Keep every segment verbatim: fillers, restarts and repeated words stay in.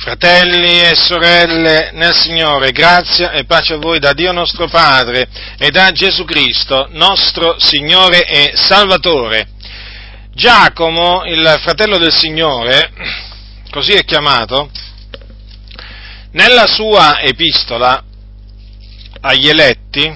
Fratelli e sorelle nel Signore, grazia e pace a voi da Dio nostro Padre e da Gesù Cristo, nostro Signore e Salvatore. Giacomo, il fratello del Signore, così è chiamato, nella sua epistola agli eletti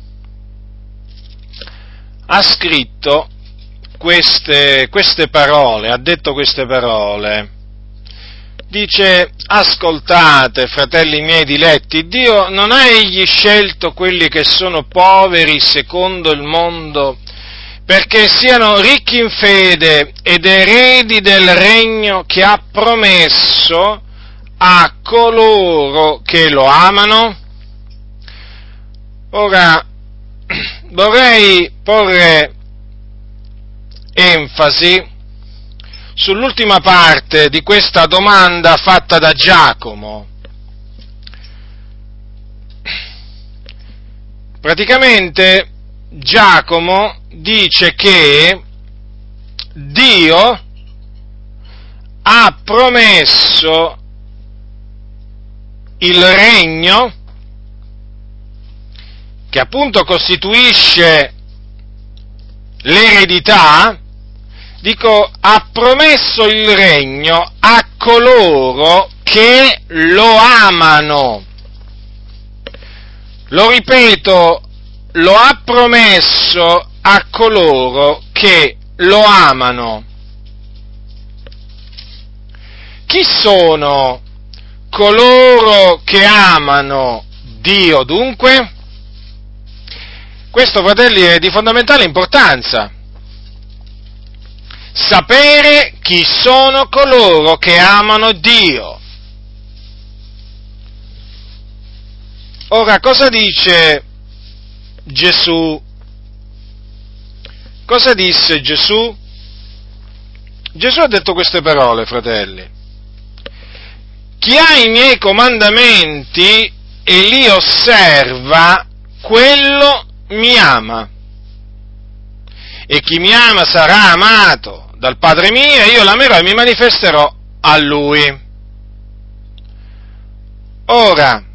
ha scritto queste, queste parole, ha detto queste parole. Dice: ascoltate, fratelli miei diletti, Dio non ha egli scelto quelli che sono poveri secondo il mondo, perché siano ricchi in fede ed eredi del regno che ha promesso a coloro che lo amano? Ora, vorrei porre enfasi sull'ultima parte di questa domanda fatta da Giacomo. Praticamente Giacomo dice che Dio ha promesso il regno, che appunto costituisce l'eredità, dico, ha promesso il regno a coloro che lo amano. Lo ripeto, lo ha promesso a coloro che lo amano. Chi sono coloro che amano Dio, dunque? Questo, fratelli, è di fondamentale importanza. Sapere chi sono coloro che amano Dio. Ora, cosa dice Gesù? Cosa disse Gesù? Gesù ha detto queste parole, fratelli. Chi ha i miei comandamenti e li osserva, quello mi ama. E chi mi ama sarà amato dal Padre mio, e io l'amerò e mi manifesterò a Lui. Ora,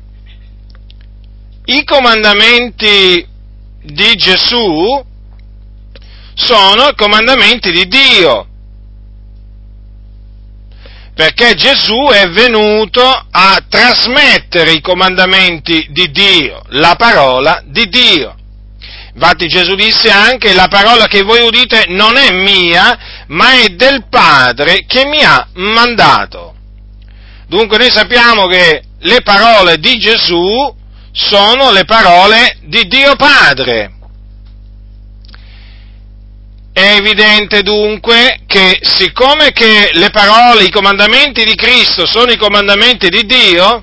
i comandamenti di Gesù sono i comandamenti di Dio, perché Gesù è venuto a trasmettere i comandamenti di Dio, la parola di Dio. Infatti Gesù disse anche: la parola che voi udite non è mia, ma è del Padre che mi ha mandato. Dunque noi sappiamo che le parole di Gesù sono le parole di Dio Padre. È evidente dunque che, siccome che le parole, i comandamenti di Cristo sono i comandamenti di Dio,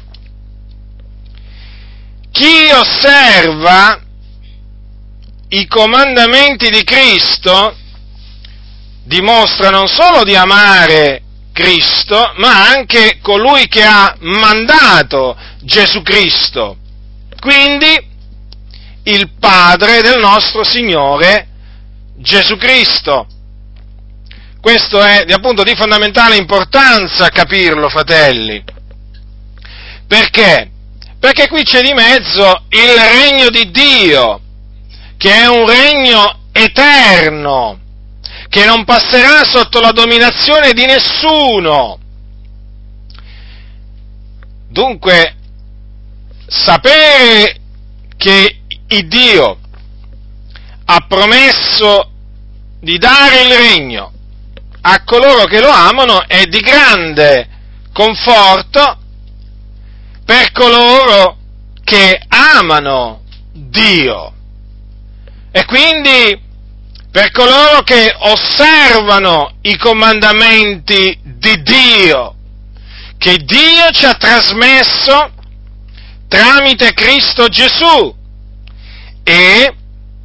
chi osserva i comandamenti di Cristo dimostra non solo di amare Cristo, ma anche colui che ha mandato Gesù Cristo, quindi il Padre del nostro Signore Gesù Cristo. Questo è appunto di fondamentale importanza capirlo, fratelli. Perché? Perché qui c'è di mezzo il regno di Dio, che è un regno eterno, che non passerà sotto la dominazione di nessuno. Dunque, sapere che il Dio ha promesso di dare il regno a coloro che lo amano è di grande conforto per coloro che amano Dio. E quindi per coloro che osservano i comandamenti di Dio, che Dio ci ha trasmesso tramite Cristo Gesù, e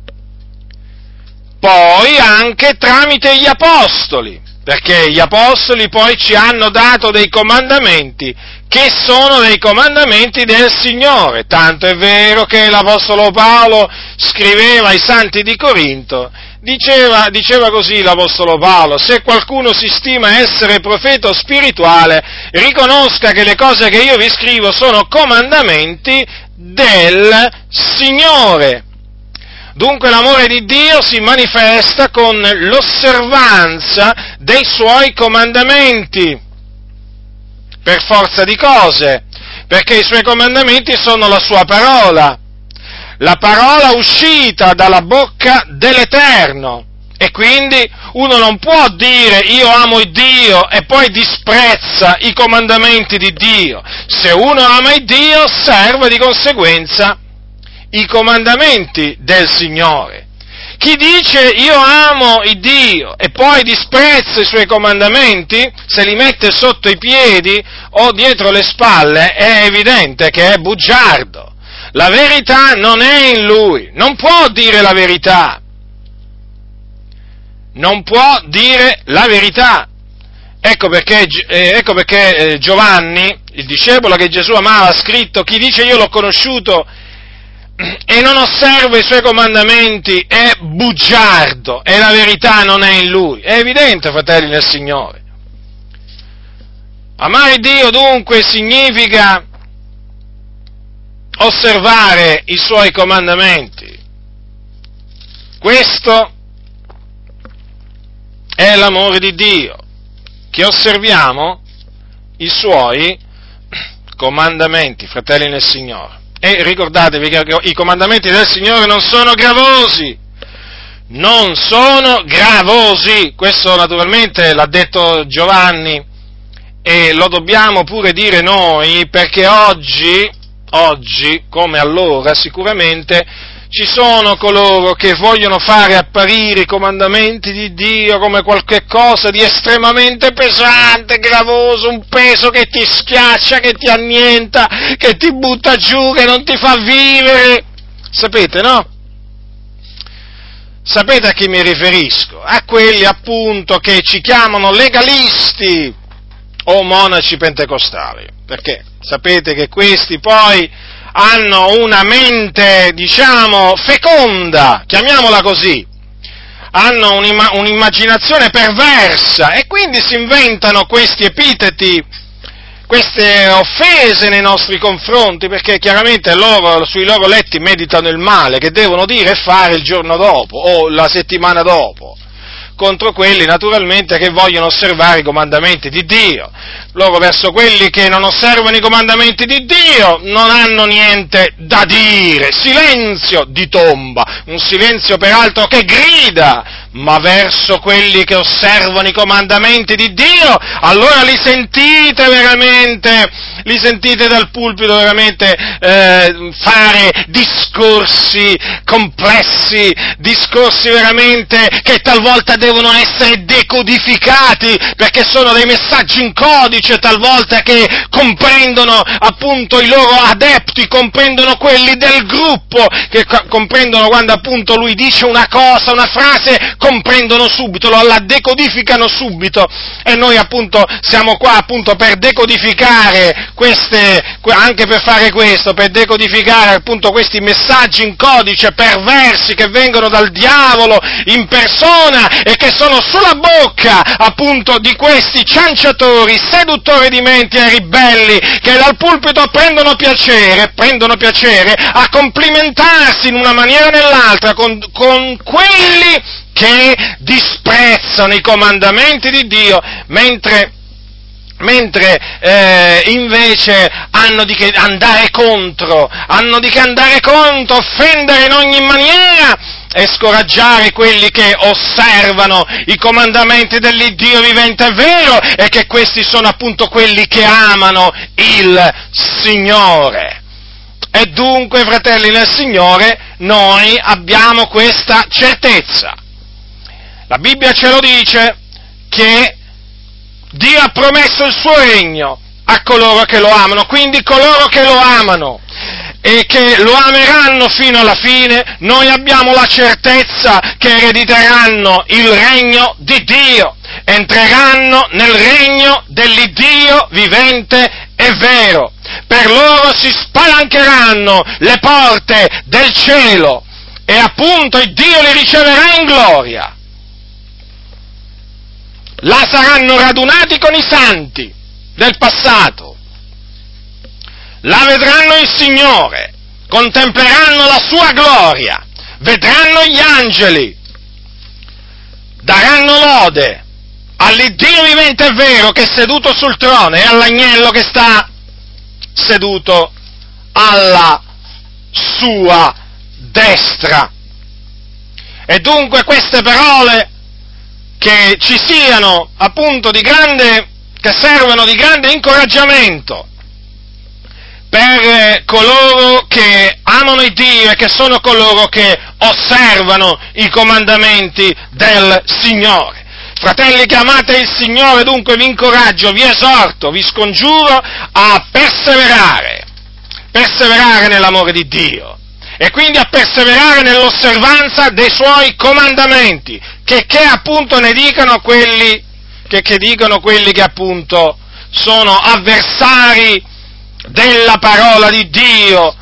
poi anche tramite gli apostoli, perché gli apostoli poi ci hanno dato dei comandamenti che sono dei comandamenti del Signore, tanto è vero che l'Apostolo Paolo scriveva ai santi di Corinto Diceva, diceva così l'Apostolo Paolo: se qualcuno si stima essere profeta o spirituale, riconosca che le cose che io vi scrivo sono comandamenti del Signore. Dunque l'amore di Dio si manifesta con l'osservanza dei Suoi comandamenti, per forza di cose, perché i Suoi comandamenti sono la Sua parola, la parola uscita dalla bocca dell'Eterno, e quindi uno non può dire io amo il Dio e poi disprezza i comandamenti di Dio. Se uno ama il Dio, osserva di conseguenza i comandamenti del Signore. Chi dice io amo il Dio e poi disprezza i Suoi comandamenti, se li mette sotto i piedi o dietro le spalle, è evidente che è bugiardo. La verità non è in lui, non può dire la verità, non può dire la verità. Ecco perché, eh, ecco perché eh, Giovanni, il discepolo che Gesù amava, ha scritto: chi dice io l'ho conosciuto e non osserva i Suoi comandamenti è bugiardo, e la verità non è in lui. È evidente, fratelli nel Signore. Amare Dio dunque significa osservare i Suoi comandamenti. Questo è l'amore di Dio, che osserviamo i Suoi comandamenti, fratelli nel Signore. E ricordatevi che i comandamenti del Signore non sono gravosi, non sono gravosi, questo naturalmente l'ha detto Giovanni e lo dobbiamo pure dire noi, perché oggi, oggi come allora sicuramente ci sono coloro che vogliono fare apparire i comandamenti di Dio come qualche cosa di estremamente pesante, gravoso, un peso che ti schiaccia, che ti annienta, che ti butta giù, che non ti fa vivere. Sapete, no? Sapete a chi mi riferisco? A quelli appunto che ci chiamano legalisti o monaci pentecostali, perché sapete che questi poi hanno una mente, diciamo, feconda, chiamiamola così, hanno un'ima- un'immaginazione perversa e quindi si inventano questi epiteti, queste offese nei nostri confronti, perché chiaramente loro, sui loro letti meditano il male che devono dire e fare il giorno dopo o la settimana dopo, contro quelli naturalmente che vogliono osservare i comandamenti di Dio. Loro verso quelli che non osservano i comandamenti di Dio non hanno niente da dire, silenzio di tomba, un silenzio peraltro che grida, ma verso quelli che osservano i comandamenti di Dio, allora li sentite veramente, li sentite dal pulpito veramente eh, fare discorsi complessi, discorsi veramente che talvolta devono essere decodificati, perché sono dei messaggi in codice talvolta che comprendono appunto i loro adepti, comprendono quelli del gruppo, che comprendono quando appunto lui dice una cosa, una frase, comprendono subito, la decodificano subito, e noi appunto siamo qua appunto per decodificare queste, anche per fare questo, per decodificare appunto questi messaggi in codice perversi che vengono dal diavolo in persona e che sono sulla bocca appunto di questi cianciatori, seduttori di menti e ribelli, che dal pulpito prendono piacere, prendono piacere a complimentarsi in una maniera o nell'altra con, con quelli che disprezzano i comandamenti di Dio, mentre mentre eh, invece hanno di che andare contro, hanno di che andare contro, offendere in ogni maniera e scoraggiare quelli che osservano i comandamenti dell'Iddio vivente e vero, e che questi sono appunto quelli che amano il Signore. E dunque, fratelli nel Signore, noi abbiamo questa certezza. La Bibbia ce lo dice che Dio ha promesso il suo regno a coloro che lo amano, quindi coloro che lo amano e che lo ameranno fino alla fine, noi abbiamo la certezza che erediteranno il regno di Dio, entreranno nel regno dell'Iddio vivente e vero. Per loro si spalancheranno le porte del cielo e appunto il Dio li riceverà in gloria. Là saranno radunati con i santi del passato, là vedranno il Signore, contempleranno la sua gloria, vedranno gli angeli, daranno lode all'Iddio vivente e vero che è seduto sul trono e all'agnello che sta seduto alla sua destra. E dunque queste parole che ci siano appunto di grande, che servono di grande incoraggiamento per coloro che amano il Dio e che sono coloro che osservano i comandamenti del Signore. Fratelli che amate il Signore, dunque vi incoraggio, vi esorto, vi scongiuro a perseverare, perseverare nell'amore di Dio e quindi a perseverare nell'osservanza dei Suoi comandamenti, che, che appunto ne dicano quelli che, che dicono quelli che appunto sono avversari della parola di Dio,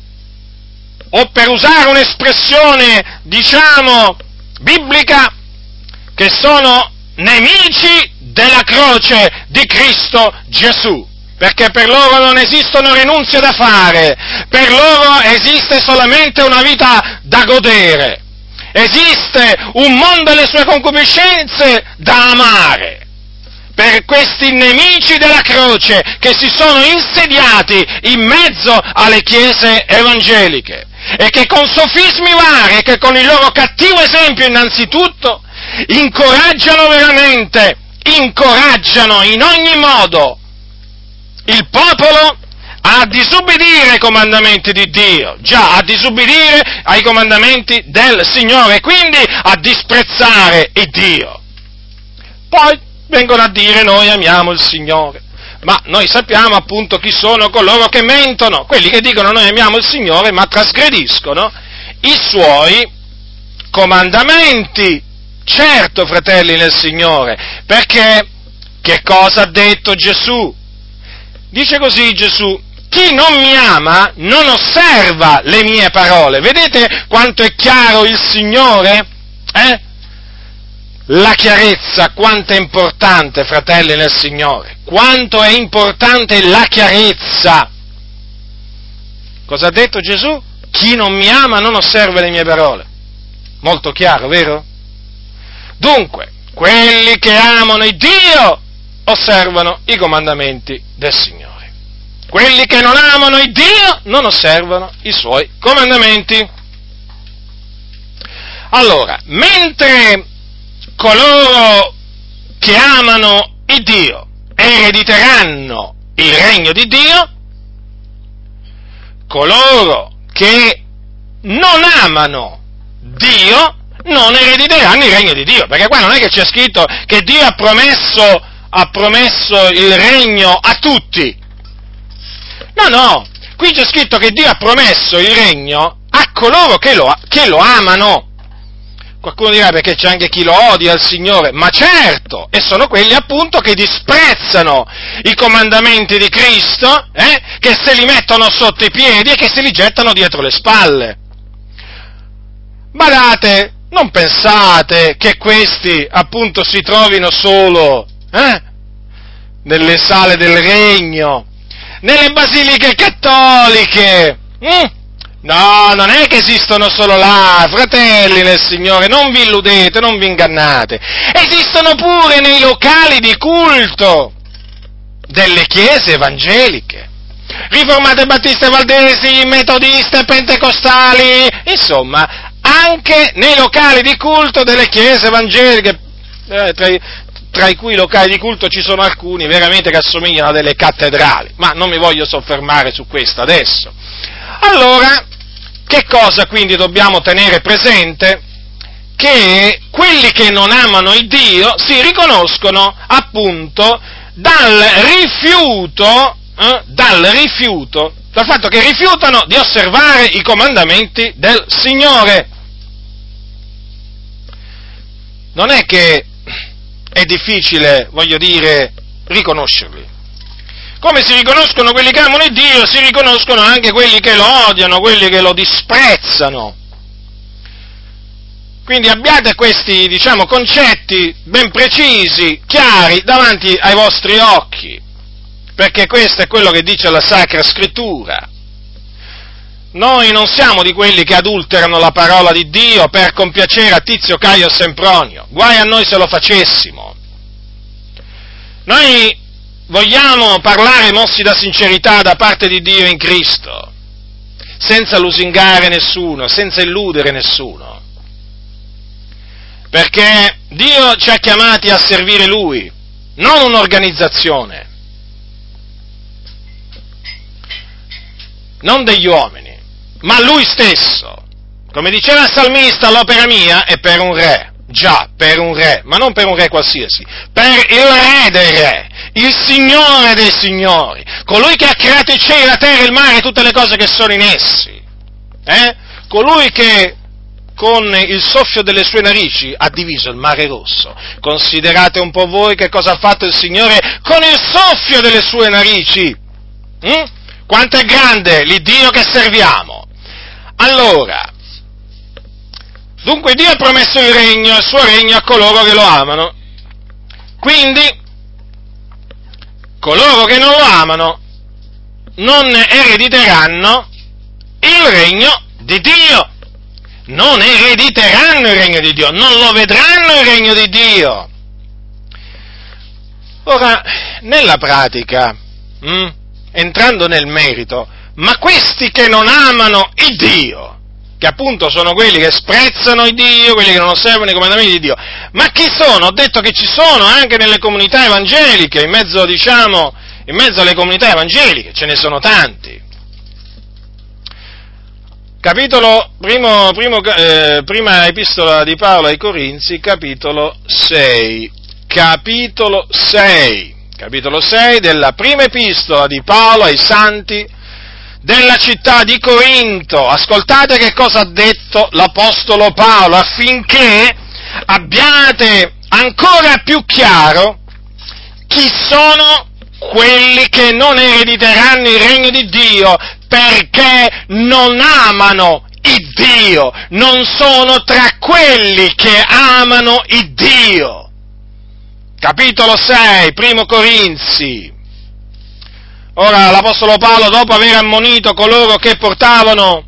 o per usare un'espressione, diciamo, biblica, che sono nemici della croce di Cristo Gesù, perché per loro non esistono rinunzie da fare, per loro esiste solamente una vita da godere, esiste un mondo e le sue concupiscenze da amare. Per questi nemici della croce che si sono insediati in mezzo alle chiese evangeliche e che con sofismi vari e che con il loro cattivo esempio innanzitutto incoraggiano veramente, incoraggiano in ogni modo il popolo a disubbidire ai comandamenti di Dio, già a disubbidire ai comandamenti del Signore e quindi a disprezzare il Dio. Poi vengono a dire noi amiamo il Signore, ma noi sappiamo appunto chi sono coloro che mentono, quelli che dicono noi amiamo il Signore ma trasgrediscono i Suoi comandamenti. Certo, fratelli nel Signore, perché che cosa ha detto Gesù? Dice così Gesù: chi non mi ama non osserva le mie parole. Vedete quanto è chiaro il Signore? Eh? La chiarezza, quanto è importante, fratelli nel Signore, quanto è importante la chiarezza. Cosa ha detto Gesù? Chi non mi ama non osserva le mie parole. Molto chiaro, vero? Dunque, quelli che amano il Dio osservano i comandamenti del Signore. Quelli che non amano il Dio non osservano i Suoi comandamenti. Allora, mentre coloro che amano il Dio erediteranno il regno di Dio, coloro che non amano Dio non erediteranno il regno di Dio, perché qua non è che c'è scritto che Dio ha promesso, ha promesso il regno a tutti. No, no, qui c'è scritto che Dio ha promesso il regno a coloro che lo, che lo amano. Qualcuno dirà perché c'è anche chi lo odia il Signore, ma certo, e sono quelli appunto che disprezzano i comandamenti di Cristo, eh, che se li mettono sotto i piedi e che se li gettano dietro le spalle. Badate, non pensate che questi appunto si trovino solo eh, nelle sale del regno, nelle basiliche cattoliche. Mm? No, non è che esistono solo là, fratelli nel Signore, non vi illudete, non vi ingannate. Esistono pure nei locali di culto delle chiese evangeliche, riformate, battiste, valdesi, metodiste, pentecostali, insomma, anche nei locali di culto delle chiese evangeliche, eh, tra, i, tra i cui locali di culto ci sono alcuni veramente che assomigliano a delle cattedrali, ma non mi voglio soffermare su questo adesso. Allora, che cosa quindi dobbiamo tenere presente? Che quelli che non amano il Dio si riconoscono appunto dal rifiuto, eh, dal rifiuto, dal fatto che rifiutano di osservare i comandamenti del Signore. Non è che è difficile, voglio dire, riconoscerli. Come si riconoscono quelli che amano il Dio, si riconoscono anche quelli che lo odiano, quelli che lo disprezzano. Quindi abbiate questi, diciamo, concetti ben precisi, chiari, davanti ai vostri occhi, perché questo è quello che dice la Sacra Scrittura. Noi non siamo di quelli che adulterano la parola di Dio per compiacere a Tizio, Caio e Sempronio, guai a noi se lo facessimo. Noi vogliamo parlare mossi da sincerità da parte di Dio in Cristo, senza lusingare nessuno, senza illudere nessuno. Perché Dio ci ha chiamati a servire Lui, non un'organizzazione, non degli uomini, ma Lui stesso. Come diceva il salmista, l'opera mia è per un re, già, per un re, ma non per un re qualsiasi, per il re dei re, il Signore dei signori, colui che ha creato i cieli, la terra, il mare e tutte le cose che sono in essi, eh? Colui che con il soffio delle sue narici ha diviso il mare rosso. Considerate un po' voi che cosa ha fatto il Signore con il soffio delle sue narici. Hm? Quanto è grande l'Iddio che serviamo. Allora, dunque Dio ha promesso il regno, il suo regno a coloro che lo amano. Quindi, coloro che non lo amano non erediteranno il regno di Dio. Non erediteranno il regno di Dio, non lo vedranno il regno di Dio. Ora, nella pratica, mh, entrando nel merito, ma questi che non amano il Dio, che appunto sono quelli che sprezzano il Dio, quelli che non osservano i comandamenti di Dio, ma chi sono? Ho detto che ci sono anche nelle comunità evangeliche, in mezzo, diciamo, in mezzo alle comunità evangeliche, ce ne sono tanti. Capitolo, primo, primo, eh, prima epistola di Paolo ai Corinzi, capitolo sei, capitolo sei, capitolo sei della prima epistola di Paolo ai santi della città di Corinto. Ascoltate che cosa ha detto l'Apostolo Paolo, affinché abbiate ancora più chiaro chi sono quelli che non erediteranno il regno di Dio, perché non amano il Dio, non sono tra quelli che amano il Dio. Capitolo sei, primo Corinzi. Ora l'Apostolo Paolo, dopo aver ammonito coloro che portavano,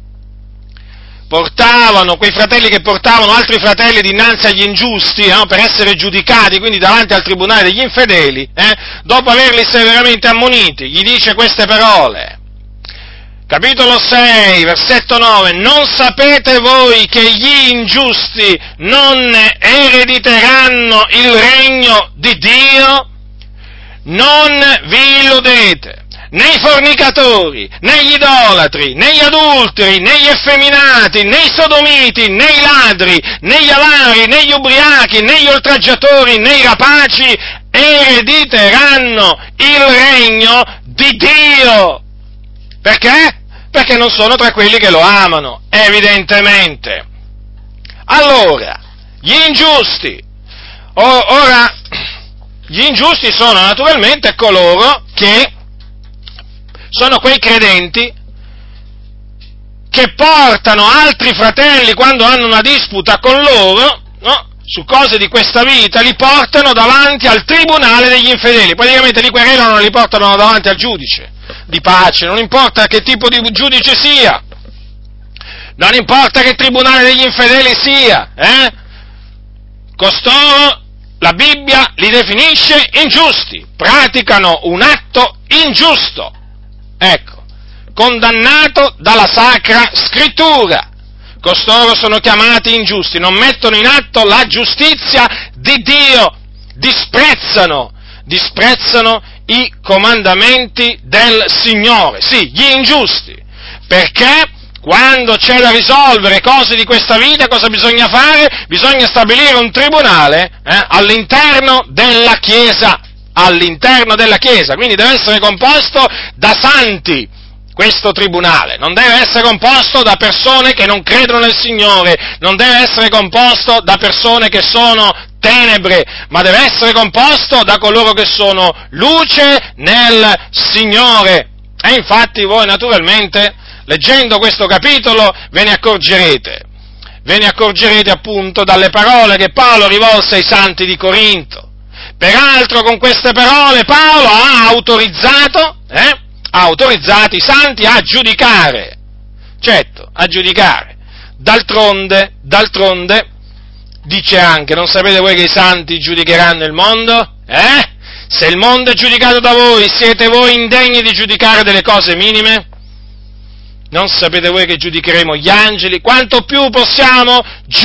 portavano, quei fratelli che portavano altri fratelli dinanzi agli ingiusti, eh, per essere giudicati, quindi davanti al tribunale degli infedeli, eh, dopo averli severamente ammoniti, gli dice queste parole. Capitolo sei, versetto nove, non sapete voi che gli ingiusti non erediteranno il regno di Dio? Non vi illudete, né i fornicatori, né gli idolatri, né gli adulteri, né gli effeminati, né i sodomiti, né i ladri, né gli avari, né gli ubriachi, né gli oltraggiatori, né i rapaci erediteranno il regno di Dio. Perché? Perché non sono tra quelli che lo amano, evidentemente. Allora, gli ingiusti, o, ora, gli ingiusti sono naturalmente coloro che sono quei credenti che portano altri fratelli quando hanno una disputa con loro, no? Su cose di questa vita, li portano davanti al tribunale degli infedeli, praticamente li querelano e li portano davanti al giudice di pace, non importa che tipo di giudice sia, non importa che tribunale degli infedeli sia, eh? Costoro, la Bibbia li definisce ingiusti, praticano un atto ingiusto, ecco, condannato dalla Sacra Scrittura. Costoro sono chiamati ingiusti, non mettono in atto la giustizia di Dio, disprezzano, disprezzano i comandamenti del Signore, sì, gli ingiusti, perché quando c'è da risolvere cose di questa vita, cosa bisogna fare? Bisogna stabilire un tribunale eh, all'interno della Chiesa, all'interno della Chiesa, quindi deve essere composto da santi. Questo tribunale non deve essere composto da persone che non credono nel Signore, non deve essere composto da persone che sono tenebre, ma deve essere composto da coloro che sono luce nel Signore. E infatti voi naturalmente, leggendo questo capitolo, ve ne accorgerete. ve ne accorgerete appunto dalle parole che Paolo rivolse ai santi di Corinto. Peraltro con queste parole Paolo ha autorizzato, eh, ha autorizzato i santi a giudicare, certo, a giudicare. D'altronde, d'altronde, dice anche, non sapete voi che i santi giudicheranno il mondo? Eh? Se il mondo è giudicato da voi, siete voi indegni di giudicare delle cose minime? Non sapete voi che giudicheremo gli angeli? Quanto più possiamo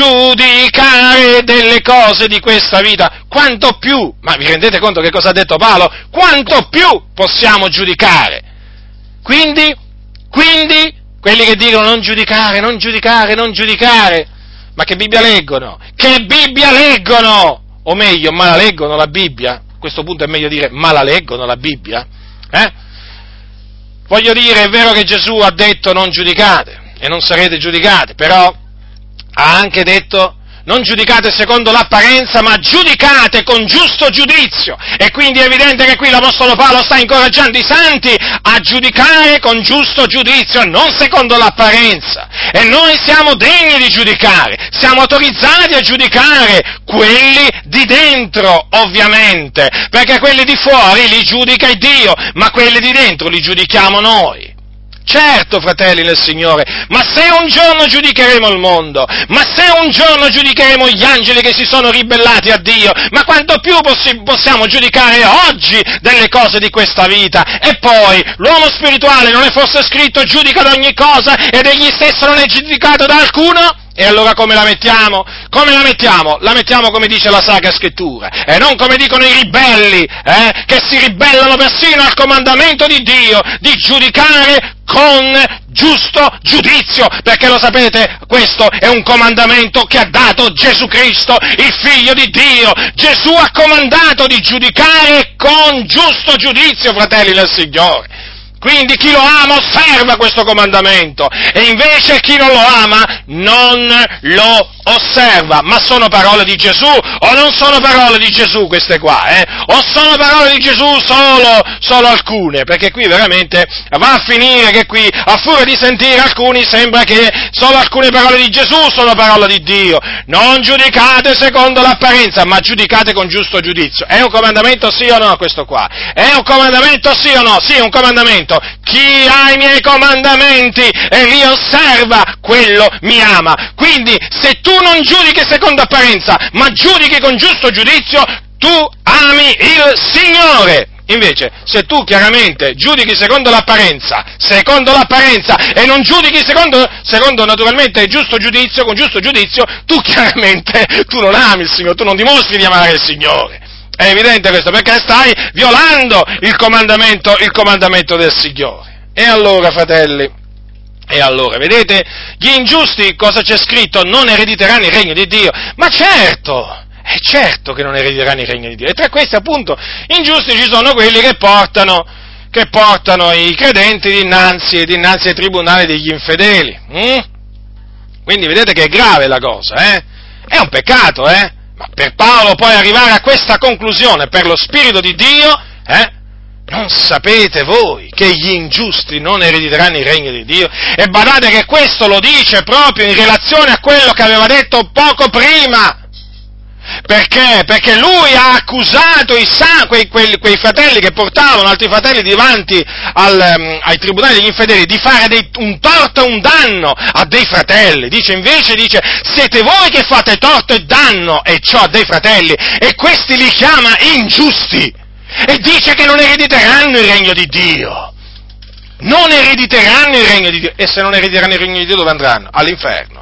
giudicare delle cose di questa vita? Quanto più? Ma vi rendete conto che cosa ha detto Paolo? Quanto più possiamo giudicare? Quindi, quindi, quelli che dicono non giudicare, non giudicare, non giudicare, ma che Bibbia leggono? Che Bibbia leggono? O meglio, ma la leggono la Bibbia? A questo punto è meglio dire, ma la leggono la Bibbia? Eh? Voglio dire, è vero che Gesù ha detto non giudicate e non sarete giudicati, però ha anche detto non giudicate secondo l'apparenza, ma giudicate con giusto giudizio. E quindi è evidente che qui l'Apostolo Paolo sta incoraggiando i santi a giudicare con giusto giudizio, non secondo l'apparenza. E noi siamo degni di giudicare, siamo autorizzati a giudicare quelli di dentro, ovviamente, perché quelli di fuori li giudica il Dio, ma quelli di dentro li giudichiamo noi. Certo, fratelli nel Signore, ma se un giorno giudicheremo il mondo, ma se un giorno giudicheremo gli angeli che si sono ribellati a Dio, ma quanto più possi- possiamo giudicare oggi delle cose di questa vita? E poi, l'uomo spirituale non è forse scritto giudica ad ogni cosa ed egli stesso non è giudicato da alcuno? E allora come la mettiamo? Come la mettiamo? La mettiamo come dice la Sacra Scrittura, e non come dicono i ribelli, eh, che si ribellano persino al comandamento di Dio di giudicare con giusto giudizio, perché lo sapete, questo è un comandamento che ha dato Gesù Cristo, il Figlio di Dio. Gesù ha comandato di giudicare con giusto giudizio, fratelli del Signore. Quindi chi lo ama osserva questo comandamento, e invece chi non lo ama non lo osserva. Ma sono parole di Gesù o non sono parole di Gesù queste qua? Eh? O sono parole di Gesù solo, solo alcune? Perché qui veramente va a finire che qui, a furia di sentire alcuni, sembra che solo alcune parole di Gesù sono parole di Dio. Non giudicate secondo l'apparenza, ma giudicate con giusto giudizio. È un comandamento sì o no questo qua? È un comandamento sì o no? Sì, è un comandamento. Chi ha i miei comandamenti e li osserva, quello mi ama. Quindi, se tu non giudichi secondo apparenza, ma giudichi con giusto giudizio, tu ami il Signore. Invece, se tu chiaramente giudichi secondo l'apparenza, secondo l'apparenza, e non giudichi secondo, secondo naturalmente giusto giudizio, con giusto giudizio, tu chiaramente, tu non ami il Signore, tu non dimostri di amare il Signore. È evidente questo, perché stai violando il comandamento, il comandamento del Signore. E allora, fratelli, e allora, vedete, gli ingiusti, cosa c'è scritto? Non erediteranno il regno di Dio. Ma certo, è certo che non erediteranno il regno di Dio. E tra questi, appunto, ingiusti ci sono quelli che portano, che portano i credenti dinanzi, dinanzi ai tribunali degli infedeli. Hm? Quindi vedete che è grave la cosa, eh? È un peccato, eh? Ma per Paolo poi arrivare a questa conclusione, per lo Spirito di Dio, eh, non sapete voi che gli ingiusti non erediteranno il regno di Dio? E badate che questo lo dice proprio in relazione a quello che aveva detto poco prima. Perché? Perché lui ha accusato i sa- quei, quei, quei fratelli che portavano altri fratelli davanti al, um, ai tribunali degli infedeli di fare dei, un torto e un danno a dei fratelli. Dice invece, dice, siete voi che fate torto e danno e ciò a dei fratelli, e questi li chiama ingiusti, e dice che non erediteranno il regno di Dio. Non erediteranno il regno di Dio. E se non erediteranno il regno di Dio dove andranno? All'inferno.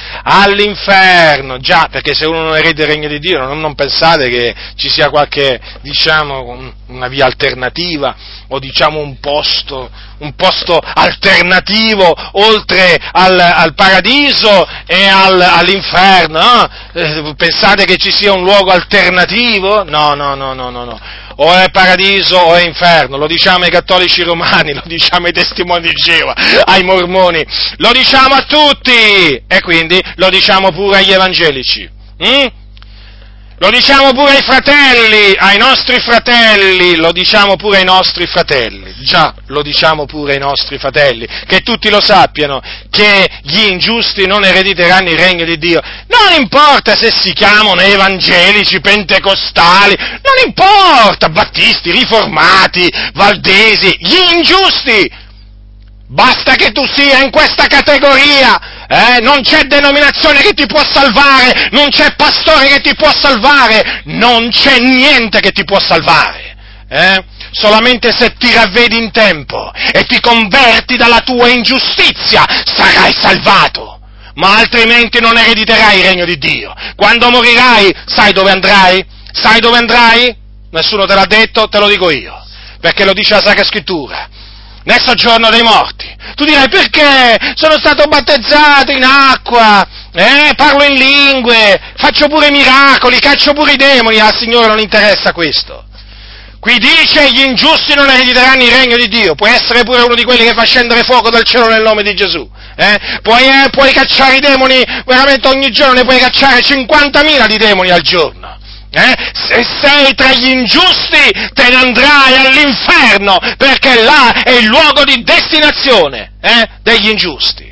All'inferno, già, perché se uno non eredita il regno di Dio, non, non pensate che ci sia qualche, diciamo, una via alternativa, o diciamo un posto, un posto alternativo, oltre al, al paradiso e al, all'inferno, no? Eh, pensate che ci sia un luogo alternativo? No, no, no, no, no, no. O è paradiso o è inferno, lo diciamo ai cattolici romani, lo diciamo ai testimoni di Geova, ai mormoni, lo diciamo a tutti, e quindi lo diciamo pure agli evangelici. Mm? Lo diciamo pure ai fratelli, ai nostri fratelli, lo diciamo pure ai nostri fratelli, già, lo diciamo pure ai nostri fratelli, che tutti lo sappiano, che gli ingiusti non erediteranno il regno di Dio. Non importa se si chiamano evangelici, pentecostali, non importa, battisti, riformati, valdesi, gli ingiusti, basta che tu sia in questa categoria. Eh, non c'è denominazione che ti può salvare, non c'è pastore che ti può salvare, non c'è niente che ti può salvare, eh? Solamente se ti ravvedi in tempo e ti converti dalla tua ingiustizia sarai salvato, ma altrimenti non erediterai il regno di Dio. Quando morirai, sai dove andrai? Sai dove andrai? Nessuno te l'ha detto, te lo dico io, perché lo dice la Sacra Scrittura. Nel soggiorno dei morti. Tu dirai: perché? Sono stato battezzato in acqua, eh, parlo in lingue, faccio pure miracoli, caccio pure i demoni, al Signore non interessa questo. Qui dice: gli ingiusti non erediteranno il regno di Dio. Puoi essere pure uno di quelli che fa scendere fuoco dal cielo nel nome di Gesù, eh? Puoi, eh, puoi cacciare i demoni, veramente ogni giorno ne puoi cacciare cinquantamila di demoni al giorno. Eh? Se sei tra gli ingiusti te ne andrai all'inferno, perché là è il luogo di destinazione eh? degli ingiusti.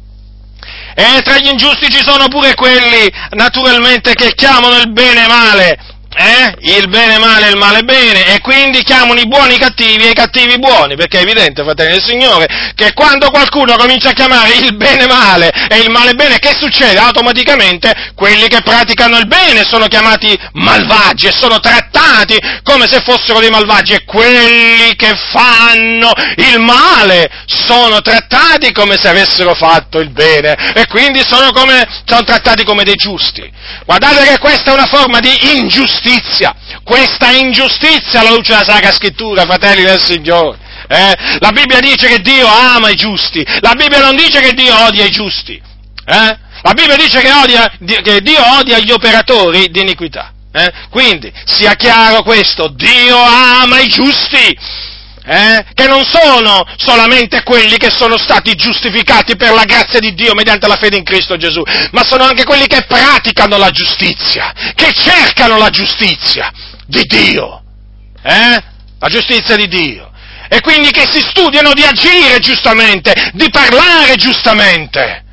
E tra gli ingiusti ci sono pure quelli, naturalmente, che chiamano il bene male, eh? il bene male e il male bene, e quindi chiamano i buoni cattivi e i cattivi buoni, perché è evidente, fratelli del Signore, che quando qualcuno comincia a chiamare il bene male e il male bene, che succede? Automaticamente quelli che praticano il bene sono chiamati malvagi e sono trattati come se fossero dei malvagi, e quelli che fanno il male sono trattati come se avessero fatto il bene, e quindi sono, come, sono trattati come dei giusti. Guardate che questa è una forma di ingiustizia, questa ingiustizia alla luce della Sacra Scrittura, fratelli del Signore. Eh? La Bibbia dice che Dio ama i giusti, la Bibbia non dice che Dio odia i giusti, eh? La Bibbia dice che, odia, che Dio odia gli operatori di iniquità. Eh? Quindi, sia chiaro questo, Dio ama i giusti, eh? che non sono solamente quelli che sono stati giustificati per la grazia di Dio mediante la fede in Cristo Gesù, ma sono anche quelli che praticano la giustizia, che cercano la giustizia di Dio, eh? la giustizia di Dio, e quindi che si studiano di agire giustamente, di parlare giustamente.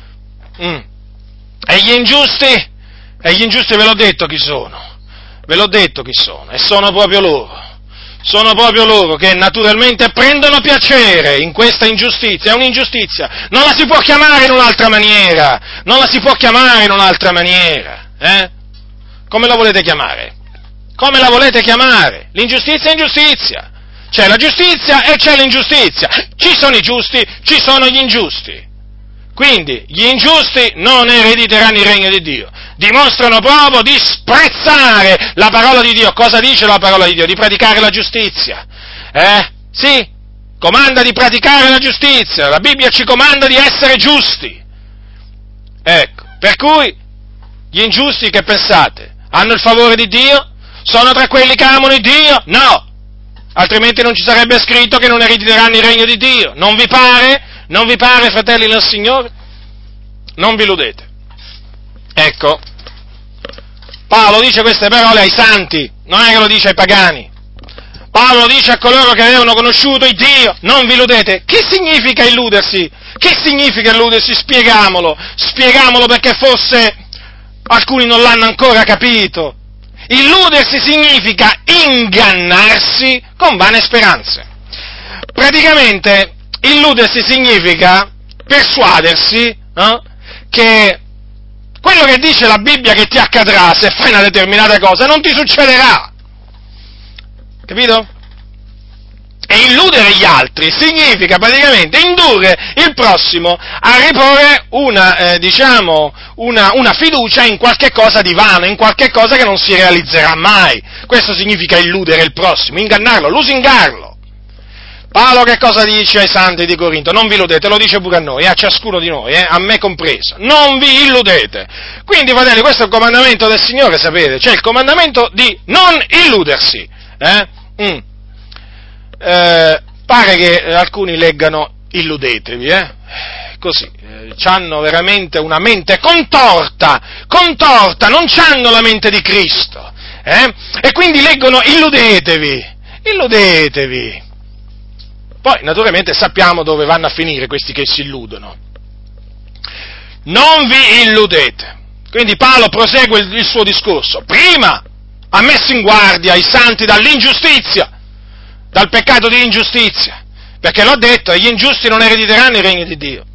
Mm. E gli ingiusti? E gli ingiusti ve l'ho detto chi sono, ve l'ho detto chi sono, e sono proprio loro. Sono proprio loro che naturalmente prendono piacere in questa ingiustizia. È un'ingiustizia, non la si può chiamare in un'altra maniera, non la si può chiamare in un'altra maniera, eh? Come la volete chiamare? Come la volete chiamare? L'ingiustizia è ingiustizia, c'è la giustizia e c'è l'ingiustizia, ci sono i giusti, ci sono gli ingiusti. Quindi gli ingiusti non erediteranno il regno di Dio, dimostrano proprio di sprezzare la parola di Dio. Cosa dice la parola di Dio? Di praticare la giustizia, eh? Sì, comanda di praticare la giustizia, la Bibbia ci comanda di essere giusti. Ecco, per cui gli ingiusti, che pensate? Hanno il favore di Dio? Sono tra quelli che amano il Dio? No! Altrimenti non ci sarebbe scritto che non erediteranno il regno di Dio. Non vi pare? Non vi pare, fratelli del Signore? Non vi illudete. Ecco, Paolo dice queste parole ai santi, non è che lo dice ai pagani. Paolo dice a coloro che avevano conosciuto il Dio: non vi illudete. Che significa illudersi? Che significa illudersi? Spiegamolo, spiegamolo, perché forse alcuni non l'hanno ancora capito. Illudersi significa ingannarsi con vane speranze. Praticamente, illudersi significa persuadersi, no? Che quello che dice la Bibbia che ti accadrà se fai una determinata cosa non ti succederà. Capito? E illudere gli altri significa praticamente indurre il prossimo a riporre una, eh, diciamo, una, una fiducia in qualche cosa di vano, in qualche cosa che non si realizzerà mai. Questo significa illudere il prossimo, ingannarlo, lusingarlo. Paolo che cosa dice ai santi di Corinto? Non vi illudete, lo dice pure a noi, a ciascuno di noi, eh, a me compreso. Non vi illudete. Quindi, fratelli, questo è il comandamento del Signore, sapete? C'è il comandamento di non illudersi. Eh? Mm. Eh, pare che alcuni leggano illudetevi, eh? così, eh, hanno veramente una mente contorta, contorta, non hanno la mente di Cristo, eh? E quindi leggono illudetevi, illudetevi. Poi, naturalmente, sappiamo dove vanno a finire questi che si illudono. Non vi illudete. Quindi Paolo prosegue il, il suo discorso. Prima ha messo in guardia i santi dall'ingiustizia, dal peccato di ingiustizia, perché l'ho detto, gli ingiusti non erediteranno il regno di Dio.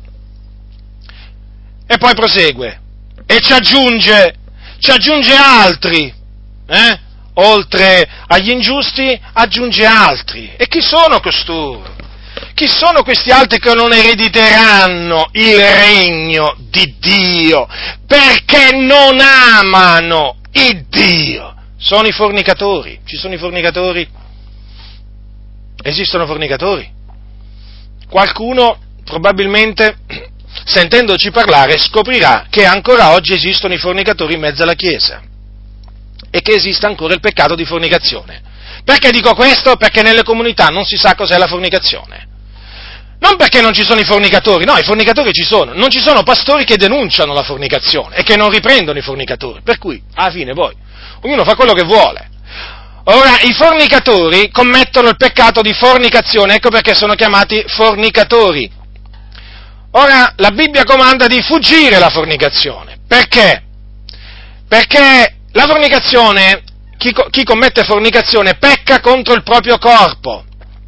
E poi prosegue, e ci aggiunge, ci aggiunge altri, eh? Oltre agli ingiusti aggiunge altri. E chi sono costoro? Chi sono questi altri che non erediteranno il regno di Dio? Perché non amano il Dio. Sono i fornicatori. Ci sono i fornicatori? Esistono fornicatori? Qualcuno probabilmente, sentendoci parlare, scoprirà che ancora oggi esistono i fornicatori in mezzo alla Chiesa e che esiste ancora il peccato di fornicazione. Perché dico questo? Perché nelle comunità non si sa cos'è la fornicazione. Non perché non ci sono i fornicatori, no, i fornicatori ci sono, non ci sono pastori che denunciano la fornicazione e che non riprendono i fornicatori, per cui, alla fine poi, ognuno fa quello che vuole. Ora, i fornicatori commettono il peccato di fornicazione, ecco perché sono chiamati fornicatori. Ora, la Bibbia comanda di fuggire la fornicazione. Perché? Perché la fornicazione, chi, chi commette fornicazione pecca contro il proprio corpo.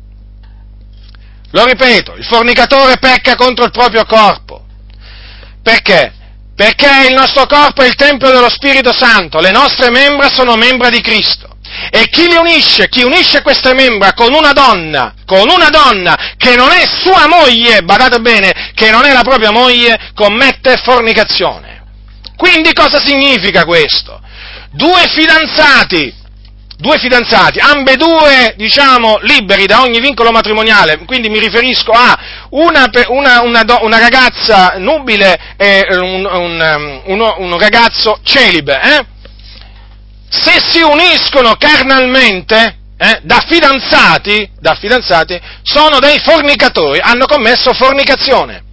Lo ripeto, il fornicatore pecca contro il proprio corpo. Perché? Perché il nostro corpo è il Tempio dello Spirito Santo, le nostre membra sono membra di Cristo. E chi li unisce, chi unisce queste membra con una donna, con una donna che non è sua moglie, badate bene, che non è la propria moglie, commette fornicazione. Quindi cosa significa questo? Due fidanzati, due fidanzati, ambedue, diciamo, liberi da ogni vincolo matrimoniale, quindi mi riferisco a una, una, una, una ragazza nubile e un, un, uno, un ragazzo celibe, eh? Se si uniscono carnalmente, eh, da fidanzati, da fidanzati, sono dei fornicatori, hanno commesso fornicazione.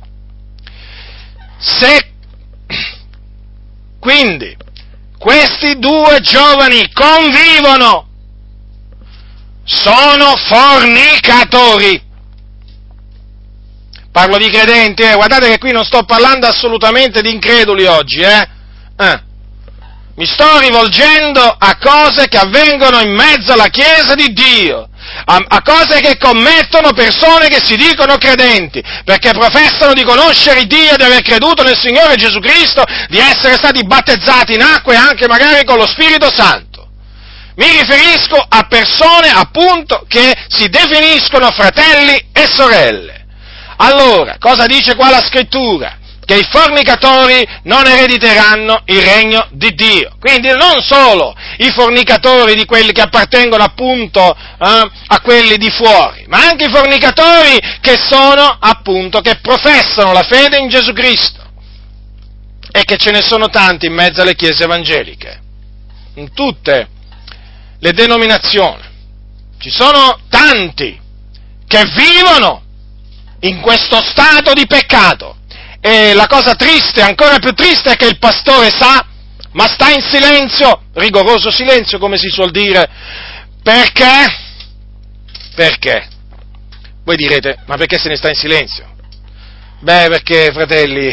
Se, quindi, questi due giovani convivono, sono fornicatori. Parlo di credenti, eh, guardate che qui non sto parlando assolutamente di increduli oggi, eh? eh. Mi sto rivolgendo a cose che avvengono in mezzo alla Chiesa di Dio, a, a cose che commettono persone che si dicono credenti, perché professano di conoscere Dio, di aver creduto nel Signore Gesù Cristo, di essere stati battezzati in acqua e anche magari con lo Spirito Santo. Mi riferisco a persone, appunto, che si definiscono fratelli e sorelle. Allora, cosa dice qua la Scrittura? Che i fornicatori non erediteranno il regno di Dio. Quindi non solo i fornicatori di quelli che appartengono appunto eh, a quelli di fuori, ma anche i fornicatori che sono appunto, che professano la fede in Gesù Cristo. E che ce ne sono tanti in mezzo alle chiese evangeliche, in tutte le denominazioni. Ci sono tanti che vivono in questo stato di peccato. E la cosa triste, ancora più triste, è che il pastore sa, ma sta in silenzio, rigoroso silenzio come si suol dire, perché? Perché? Voi direte, ma perché se ne sta in silenzio? Beh, perché, fratelli,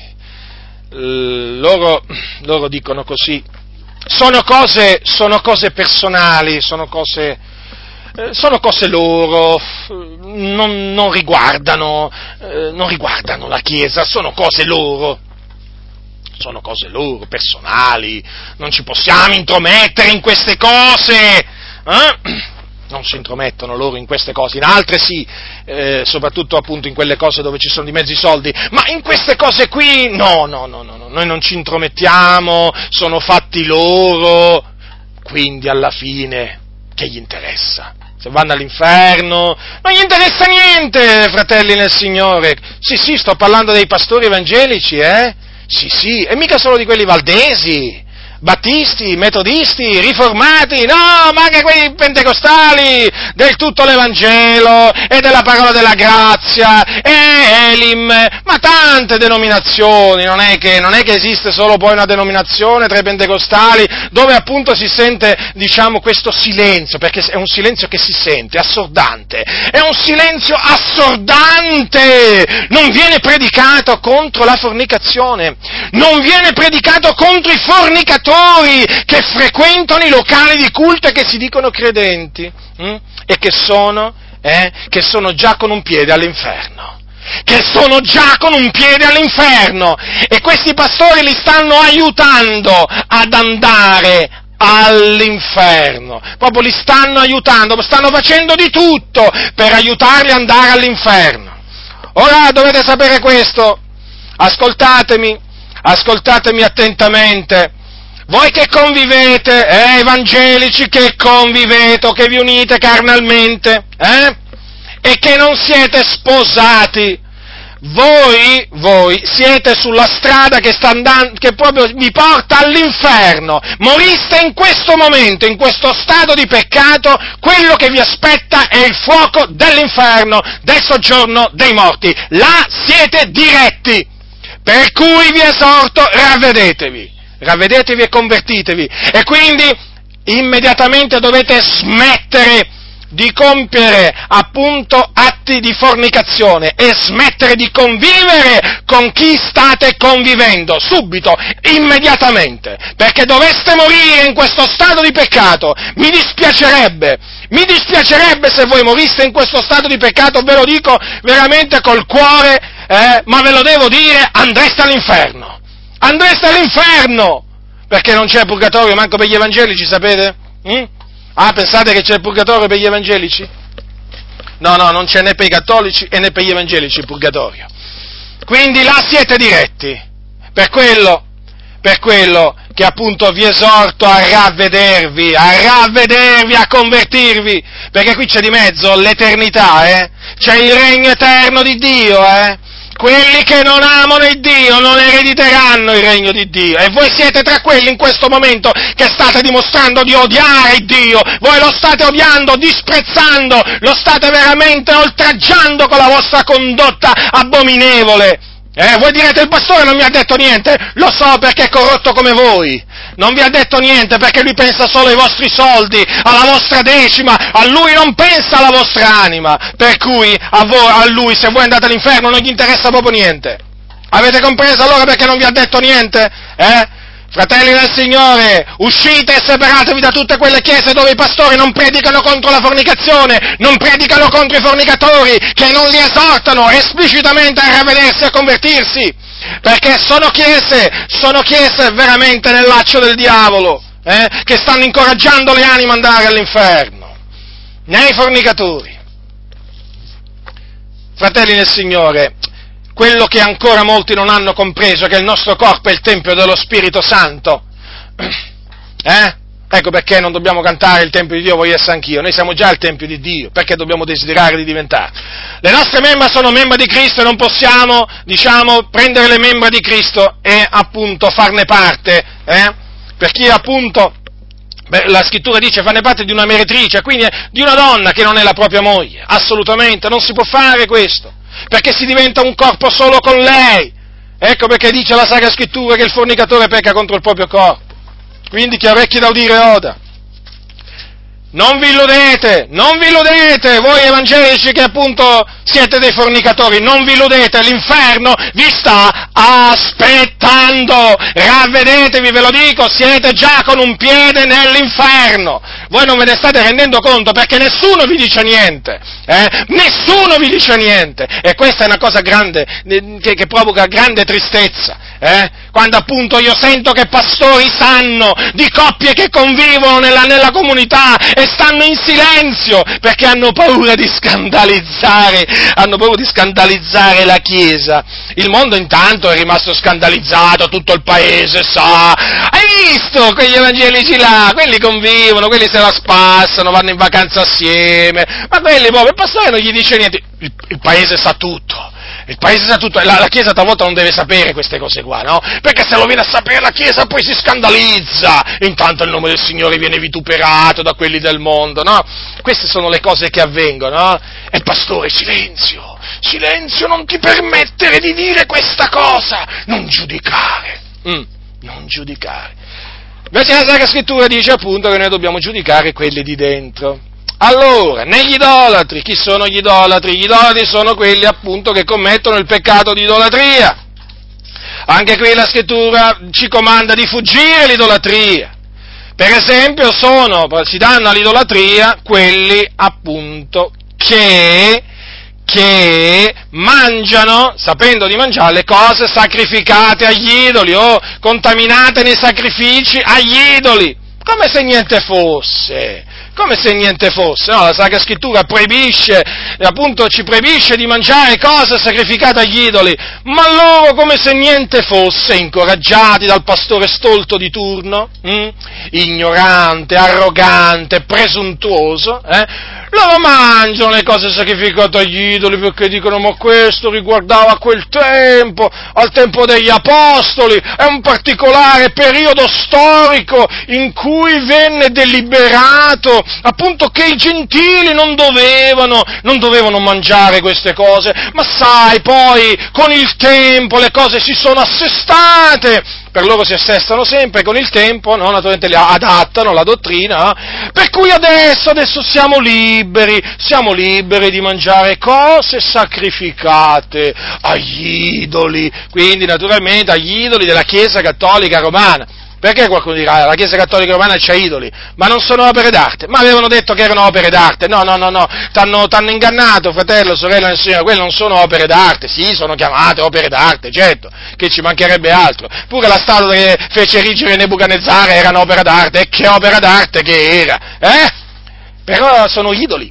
loro, loro dicono così, sono cose, sono cose personali, sono cose... sono cose loro, non, non riguardano, eh, non riguardano la Chiesa, sono cose loro, sono cose loro, personali, non ci possiamo intromettere in queste cose, eh? Non si intromettono loro in queste cose, in altre sì, eh, soprattutto appunto in quelle cose dove ci sono di mezzo i soldi, ma in queste cose qui no, no, no, no, no, noi non ci intromettiamo, sono fatti loro, quindi alla fine che gli interessa? Se vanno all'inferno, non gli interessa niente, fratelli nel Signore. Sì, sì, sto parlando dei pastori evangelici, eh? Sì, sì, e mica solo di quelli valdesi, battisti, metodisti, riformati, no, ma anche quei pentecostali, del tutto l'Evangelo, e della parola della grazia, e Elim, ma tante denominazioni, non è che, non è che esiste solo poi una denominazione tra i pentecostali, dove appunto si sente, diciamo, questo silenzio, perché è un silenzio che si sente, assordante, è un silenzio assordante, non viene predicato contro la fornicazione, non viene predicato contro i fornicatori, che frequentano i locali di culto e che si dicono credenti, hm? e che sono, eh, che sono già con un piede all'inferno, che sono già con un piede all'inferno, e questi pastori li stanno aiutando ad andare all'inferno, proprio li stanno aiutando, stanno facendo di tutto per aiutarli ad andare all'inferno. Ora dovete sapere questo, ascoltatemi, ascoltatemi attentamente. Voi che convivete, eh, evangelici che convivete o che vi unite carnalmente, eh, e che non siete sposati, voi, voi siete sulla strada che sta andando, che proprio vi porta all'inferno. Moriste in questo momento, in questo stato di peccato, quello che vi aspetta è il fuoco dell'inferno, del soggiorno dei morti. Là siete diretti, per cui vi esorto, ravvedetevi. Ravvedetevi e convertitevi, e quindi immediatamente dovete smettere di compiere appunto atti di fornicazione e smettere di convivere con chi state convivendo, subito, immediatamente, perché doveste morire in questo stato di peccato. Mi dispiacerebbe, mi dispiacerebbe se voi moriste in questo stato di peccato, ve lo dico veramente col cuore, eh, ma ve lo devo dire, andreste all'inferno. Andreste all'inferno, perché non c'è purgatorio manco per gli evangelici, sapete? Mm? Ah, pensate che c'è il purgatorio per gli evangelici? No, no, non c'è né per i cattolici e né per gli evangelici il purgatorio. Quindi là siete diretti, per quello, per quello che appunto vi esorto a ravvedervi, a ravvedervi, a convertirvi, perché qui c'è di mezzo l'eternità, eh? C'è il regno eterno di Dio, eh? Quelli che non amano il Dio non erediteranno il regno di Dio, e voi siete tra quelli in questo momento che state dimostrando di odiare il Dio, voi lo state odiando, disprezzando, lo state veramente oltraggiando con la vostra condotta abominevole. Eh, voi direte, il pastore non mi ha detto niente, lo so perché è corrotto come voi, non vi ha detto niente perché lui pensa solo ai vostri soldi, alla vostra decima, a lui non pensa alla vostra anima, per cui a, voi, a lui se voi andate all'inferno non gli interessa proprio niente. Avete compreso allora perché non vi ha detto niente? Eh? Fratelli del Signore, uscite e separatevi da tutte quelle chiese dove i pastori non predicano contro la fornicazione, non predicano contro i fornicatori, che non li esortano esplicitamente a ravvedersi e a convertirsi, perché sono chiese, sono chiese veramente nel laccio del diavolo, eh, che stanno incoraggiando le anime ad andare all'inferno, nei fornicatori. Fratelli del Signore, quello che ancora molti non hanno compreso è che il nostro corpo è il Tempio dello Spirito Santo. Eh? Ecco perché non dobbiamo cantare il Tempio di Dio voglio essere anch'io, noi siamo già il Tempio di Dio, perché dobbiamo desiderare di diventare? Le nostre membra sono membra di Cristo e non possiamo, diciamo, prendere le membra di Cristo e appunto farne parte, eh? Perché appunto beh, la scrittura dice farne parte di una meretrice, quindi di una donna che non è la propria moglie, assolutamente, non si può fare questo, perché si diventa un corpo solo con lei. Ecco perché dice la Sacra Scrittura che il fornicatore pecca contro il proprio corpo. Quindi chi ha orecchi da udire oda. Non vi illudete, non vi illudete, voi evangelici che appunto siete dei fornicatori, non vi illudete, l'inferno vi sta aspettando, ravvedetevi, ve lo dico, siete già con un piede nell'inferno, voi non ve ne state rendendo conto perché nessuno vi dice niente, eh? Nessuno vi dice niente, e questa è una cosa grande, che, che provoca grande tristezza, eh? Quando appunto io sento che pastori sanno di coppie che convivono nella, nella comunità e stanno in silenzio perché hanno paura di scandalizzare, hanno paura di scandalizzare la Chiesa. Il mondo intanto è rimasto scandalizzato, tutto il paese sa, hai visto quegli evangelici là, quelli convivono, quelli se la spassano, vanno in vacanza assieme, ma quelli proprio, il pastore non gli dice niente, il, il paese sa tutto. il paese sa tutto, la, la Chiesa talvolta non deve sapere queste cose qua, no? Perché se lo viene a sapere la Chiesa poi si scandalizza, intanto il nome del Signore viene vituperato da quelli del mondo, no? Queste sono le cose che avvengono, no? E pastore, silenzio, silenzio, non ti permettere di dire questa cosa, non giudicare, mm, non giudicare. Invece la Sacra Scrittura dice appunto che noi dobbiamo giudicare quelli di dentro. Allora, negli idolatri, chi sono gli idolatri? Gli idolatri sono quelli appunto che commettono il peccato di idolatria. Anche qui la Scrittura ci comanda di fuggire l'idolatria. Per esempio sono, si danno all'idolatria quelli appunto che, che mangiano, sapendo di mangiare le cose sacrificate agli idoli o contaminate nei sacrifici agli idoli, come se niente fosse. Come se niente fosse, no? La Sacra Scrittura proibisce, appunto ci proibisce di mangiare cose sacrificate agli idoli, ma loro come se niente fosse, incoraggiati dal pastore stolto di turno, hm? ignorante, arrogante, presuntuoso, eh? Loro mangiano le cose sacrificate agli idoli perché dicono ma questo riguardava quel tempo, al tempo degli apostoli, è un particolare periodo storico in cui venne deliberato appunto che i gentili non dovevano, non dovevano mangiare queste cose, ma sai poi con il tempo le cose si sono assestate. Per loro si assestano sempre con il tempo, no? Naturalmente li adattano la dottrina, eh? Per cui adesso, adesso siamo liberi, siamo liberi di mangiare cose sacrificate agli idoli, quindi naturalmente agli idoli della Chiesa Cattolica Romana. Perché qualcuno dirà, la Chiesa Cattolica Romana c'ha idoli, ma non sono opere d'arte, ma avevano detto che erano opere d'arte, no, no, no, no, t'hanno, t'hanno ingannato, fratello, sorella nel Signore, quelle non sono opere d'arte, sì, sono chiamate opere d'arte, certo, che ci mancherebbe altro, pure la statua che fece erigere Nebuchadnezzar era un'opera d'arte, e che opera d'arte che era, eh? Però sono idoli,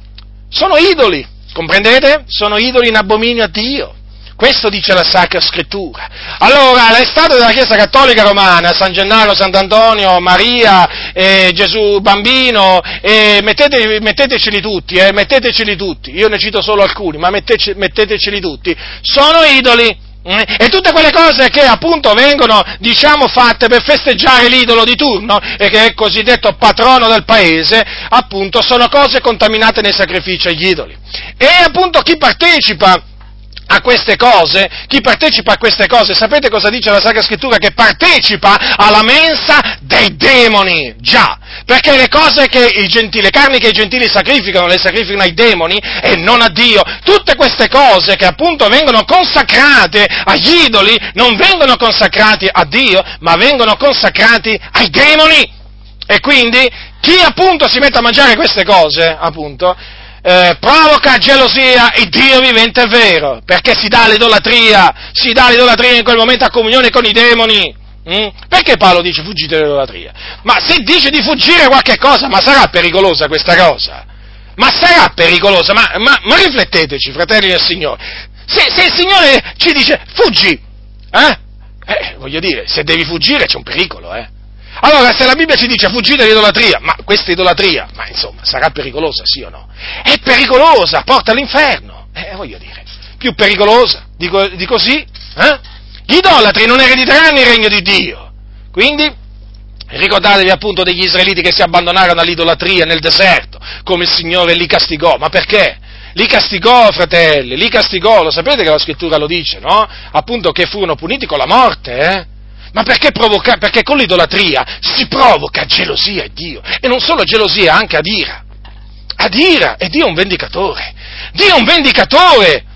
sono idoli, comprendete? Sono idoli in abominio a Dio. Questo dice la Sacra Scrittura. Allora, le statue della Chiesa Cattolica Romana, San Gennaro, Sant'Antonio, Maria, eh, Gesù Bambino, eh, mettete, metteteceli tutti, eh, metteteceli tutti, io ne cito solo alcuni, ma mettece, metteteceli tutti, sono idoli. E tutte quelle cose che appunto vengono, diciamo, fatte per festeggiare l'idolo di turno e che è il cosiddetto patrono del paese, appunto, sono cose contaminate nei sacrifici agli idoli. E appunto chi partecipa a queste cose, chi partecipa a queste cose, sapete cosa dice la Sacra Scrittura? Che partecipa alla mensa dei demoni, già, perché le cose che i gentili, le carni che i gentili sacrificano, le sacrificano ai demoni e non a Dio. Tutte queste cose che appunto vengono consacrate agli idoli, non vengono consacrati a Dio, ma vengono consacrati ai demoni. E quindi, chi appunto si mette a mangiare queste cose, appunto, Eh, provoca gelosia, il Dio vivente è vero, perché si dà l'idolatria, si dà l'idolatria in quel momento a comunione con i demoni. Mm? Perché Paolo dice fuggite dall'idolatria? Ma se dice di fuggire qualche cosa, ma sarà pericolosa questa cosa? Ma sarà pericolosa? Ma, ma, ma rifletteteci, fratelli del Signore. Se, se il Signore ci dice fuggi, eh? Eh, voglio dire, se devi fuggire c'è un pericolo, eh? Allora, se la Bibbia ci dice fuggite dall'idolatria, ma questa idolatria, ma insomma, sarà pericolosa, sì o no? È pericolosa, porta all'inferno, eh, voglio dire, più pericolosa, di, di così, eh? Gli idolatri non erediteranno il regno di Dio, quindi ricordatevi appunto degli israeliti che si abbandonarono all'idolatria nel deserto, come il Signore li castigò, ma perché? Li castigò, fratelli, li castigò, lo sapete che la Scrittura lo dice, no? Appunto che furono puniti con la morte, eh? Ma perché provoca? Perché con l'idolatria si provoca gelosia a Dio, e non solo gelosia, anche ad ira. Ad ira, e Dio è un vendicatore. Dio è un vendicatore!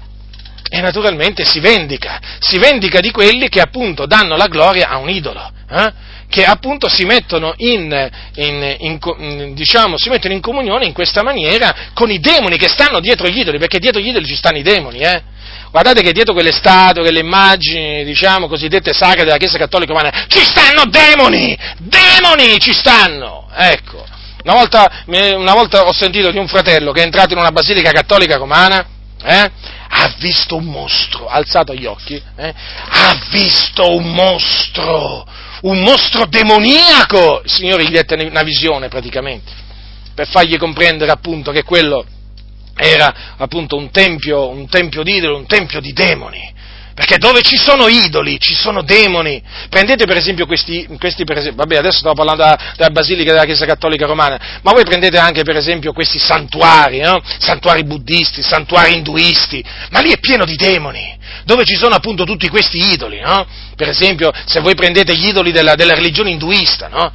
E naturalmente si vendica, si vendica di quelli che appunto danno la gloria a un idolo, eh? Che appunto si mettono in, in, in, diciamo, si mettono in comunione in questa maniera con i demoni che stanno dietro gli idoli, perché dietro gli idoli ci stanno i demoni, eh? Guardate che dietro quelle statue, quelle immagini, diciamo, cosiddette sacre della Chiesa Cattolica Romana, ci stanno demoni! Demoni ci stanno! Ecco. Una volta, una volta ho sentito di un fratello che è entrato in una basilica cattolica romana, eh? Ha visto un mostro, ha alzato gli occhi, eh? Ha visto un mostro, un mostro demoniaco! Il Signore gli dette una visione praticamente, per fargli comprendere appunto che quello era appunto un tempio, un tempio di idoli, un tempio di demoni. Perché dove ci sono idoli, ci sono demoni. Prendete per esempio questi, questi per esempio, vabbè adesso stavo parlando della, della Basilica della Chiesa Cattolica Romana, ma voi prendete anche per esempio questi santuari, no? Santuari buddisti, santuari induisti, ma lì è pieno di demoni, dove ci sono appunto tutti questi idoli, no? Per esempio, se voi prendete gli idoli della, della religione induista, no?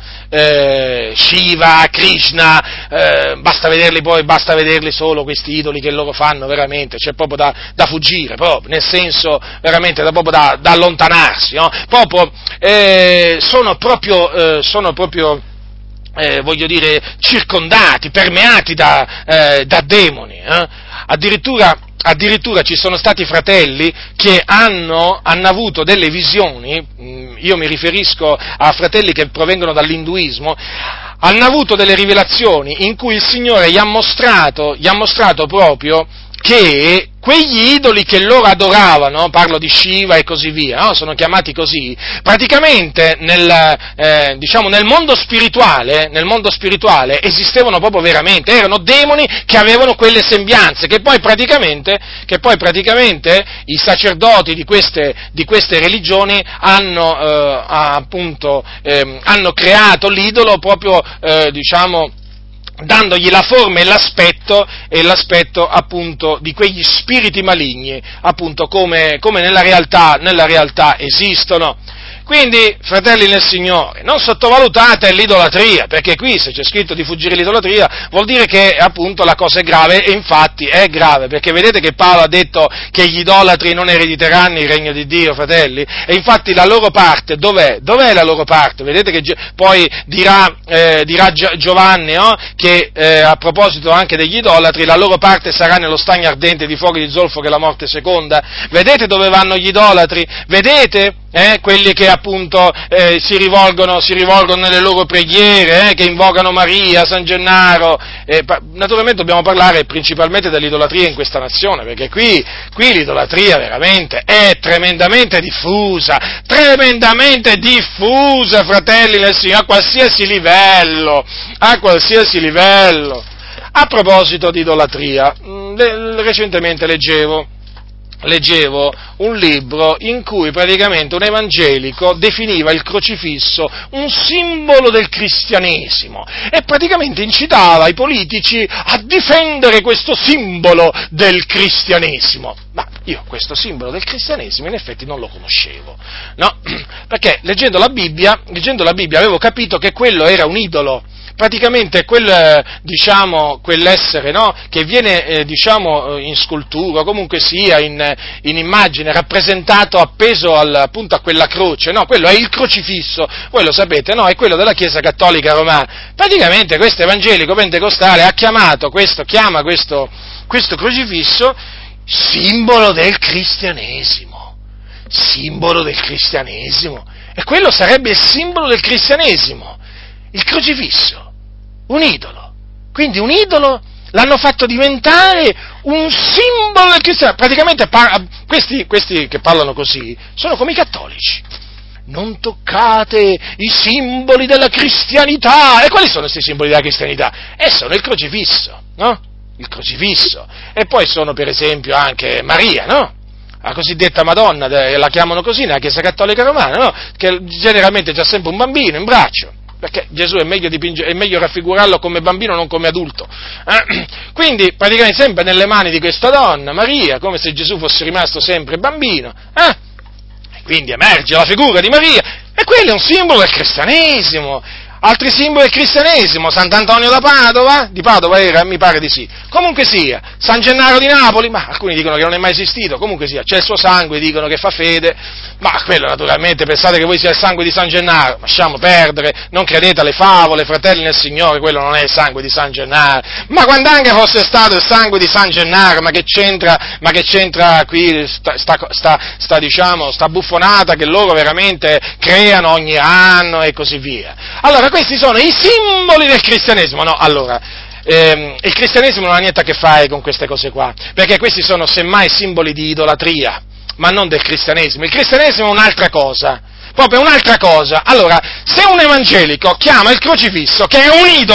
Eh, Shiva, Krishna, eh, basta vederli poi, basta vederli solo questi idoli che loro fanno veramente, c'è proprio da, da fuggire, proprio, nel senso veramente da, proprio da, da allontanarsi, no? Proprio, eh, sono proprio, eh, sono proprio eh, voglio dire, circondati, permeati da, eh, da demoni, eh? Addirittura Addirittura ci sono stati fratelli che hanno, hanno avuto delle visioni, io mi riferisco a fratelli che provengono dall'induismo, hanno avuto delle rivelazioni in cui il Signore gli ha mostrato, gli ha mostrato proprio che quegli idoli che loro adoravano, parlo di Shiva e così via, no? Sono chiamati così, praticamente nel, eh, diciamo nel mondo spirituale, nel mondo spirituale esistevano proprio veramente, erano demoni che avevano quelle sembianze, che poi praticamente, che poi praticamente i sacerdoti di queste, di queste religioni hanno, eh, appunto, eh, hanno creato l'idolo proprio, eh, diciamo, dandogli la forma e l'aspetto, e l'aspetto appunto di quegli spiriti maligni, appunto come, come nella realtà, nella realtà esistono. Quindi, fratelli nel Signore, non sottovalutate l'idolatria, perché qui se c'è scritto di fuggire l'idolatria vuol dire che appunto la cosa è grave, e infatti è grave, perché vedete che Paolo ha detto che gli idolatri non erediteranno il regno di Dio, fratelli, e infatti la loro parte, dov'è? Dov'è la loro parte? Vedete che poi dirà, eh, dirà Giovanni, no? Che eh, a proposito anche degli idolatri, la loro parte sarà nello stagno ardente di fuoco di zolfo che è la morte seconda. Vedete dove vanno gli idolatri? Vedete? Eh, quelli che appunto eh, si rivolgono, si rivolgono nelle loro preghiere, eh, che invocano Maria, San Gennaro, eh, pa- naturalmente dobbiamo parlare principalmente dell'idolatria in questa nazione, perché qui, qui l'idolatria veramente è tremendamente diffusa, tremendamente diffusa, fratelli nel Signore, a qualsiasi livello, a qualsiasi livello. A proposito di idolatria, mh, recentemente leggevo, leggevo un libro in cui praticamente un evangelico definiva il crocifisso un simbolo del cristianesimo e praticamente incitava i politici a difendere questo simbolo del cristianesimo. Ma io questo simbolo del cristianesimo in effetti non lo conoscevo, no? Perché leggendo la Bibbia, leggendo la Bibbia avevo capito che quello era un idolo. Praticamente quel, diciamo, quell'essere, no, che viene, eh, diciamo, in scultura, o comunque sia in, in immagine, rappresentato appeso al, appunto a quella croce, no, quello è il crocifisso, voi lo sapete, no, è quello della Chiesa Cattolica Romana. Praticamente questo evangelico pentecostale ha chiamato questo, chiama questo, questo crocifisso simbolo del cristianesimo, simbolo del cristianesimo, e quello sarebbe il simbolo del cristianesimo, il crocifisso. Un idolo, quindi un idolo l'hanno fatto diventare un simbolo del cristianesimo. Praticamente par- questi, questi che parlano così sono come i cattolici. Non toccate i simboli della cristianità. E quali sono questi simboli della cristianità? E sono il crocifisso, no? Il crocifisso. E poi sono per esempio anche Maria, no? La cosiddetta Madonna, la chiamano così nella Chiesa Cattolica Romana, no? Che generalmente c'ha sempre un bambino in braccio. Perché Gesù è meglio, dipinge, è meglio raffigurarlo come bambino, non come adulto. Eh? Quindi, praticamente sempre nelle mani di questa donna, Maria, come se Gesù fosse rimasto sempre bambino. Eh? E quindi emerge la figura di Maria, e quello è un simbolo del cristianesimo. Altri simboli del cristianesimo, Sant'Antonio da Padova, di Padova era, mi pare di sì, comunque sia, San Gennaro di Napoli, ma alcuni dicono che non è mai esistito, comunque sia, c'è il suo sangue, dicono che fa fede, ma quello naturalmente, pensate che voi sia il sangue di San Gennaro, lasciamo perdere, non credete alle favole, fratelli nel Signore, quello non è il sangue di San Gennaro, ma quando anche fosse stato il sangue di San Gennaro, ma che c'entra, ma che c'entra qui, sta, sta, sta, sta diciamo, sta buffonata che loro veramente creano ogni anno e così via. Allora, questi sono i simboli del cristianesimo, no? Allora, ehm, il cristianesimo non ha niente a che fare con queste cose qua, perché questi sono semmai simboli di idolatria, ma non del cristianesimo. Il cristianesimo è un'altra cosa, proprio un'altra cosa. Allora, se un evangelico chiama il crocifisso, che è un idolo,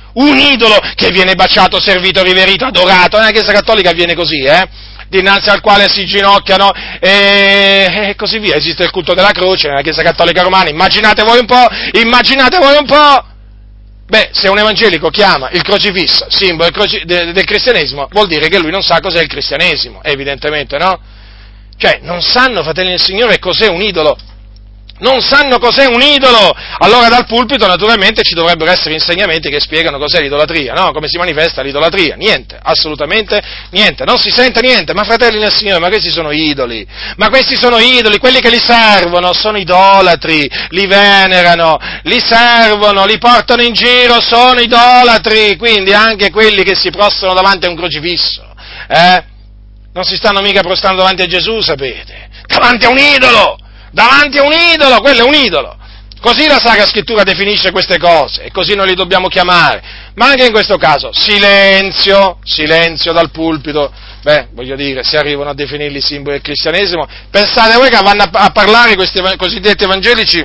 un idolo che viene baciato, servito, riverito, adorato. Nella Chiesa Cattolica avviene così, eh? Dinanzi al quale si ginocchiano e, e così via. Esiste il culto della croce nella Chiesa Cattolica Romana, immaginate voi un po', immaginate voi un po'. Beh, se un evangelico chiama il crocifisso simbolo del cristianesimo, vuol dire che lui non sa cos'è il cristianesimo, evidentemente, no? Cioè, non sanno, fratelli del Signore, cos'è un idolo. Non sanno cos'è un idolo! Allora dal pulpito naturalmente ci dovrebbero essere insegnamenti che spiegano cos'è l'idolatria, no? Come si manifesta l'idolatria. Niente, assolutamente niente, non si sente niente. Ma fratelli del Signore, ma questi sono idoli, ma questi sono idoli, quelli che li servono sono idolatri, li venerano, li servono, li portano in giro, sono idolatri, quindi anche quelli che si prostrano davanti a un crocifisso, eh? Non si stanno mica prostrando davanti a Gesù, sapete? Davanti a un idolo! Davanti a un idolo, quello è un idolo. Così la Sacra Scrittura definisce queste cose e così noi li dobbiamo chiamare. Ma anche in questo caso, silenzio, silenzio dal pulpito. Beh, voglio dire, se arrivano a definirli simboli del cristianesimo, pensate voi che vanno a, a parlare questi cosiddetti evangelici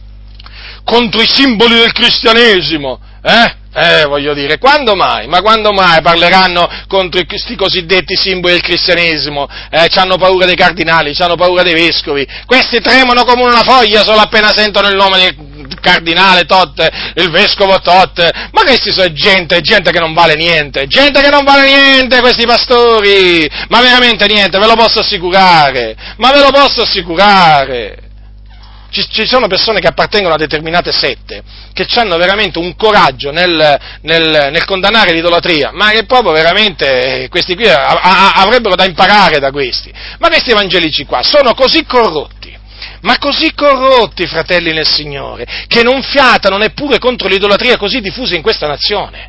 contro i simboli del cristianesimo, eh? Eh, voglio dire, quando mai? Ma quando mai parleranno contro questi cosiddetti simboli del cristianesimo? Eh, c'hanno paura dei cardinali, c'hanno paura dei vescovi, questi tremano come una foglia solo appena sentono il nome del cardinale tot, il vescovo tot, ma questi sono gente, gente che non vale niente, gente che non vale niente, questi pastori, ma veramente niente, ve lo posso assicurare, ma ve lo posso assicurare. Ci, ci sono persone che appartengono a determinate sette, che hanno veramente un coraggio nel, nel, nel condannare l'idolatria, ma che proprio veramente questi qui a, a, avrebbero da imparare da questi. Ma questi evangelici qua sono così corrotti, ma così corrotti, fratelli nel Signore, che non fiatano neppure contro l'idolatria così diffusa in questa nazione.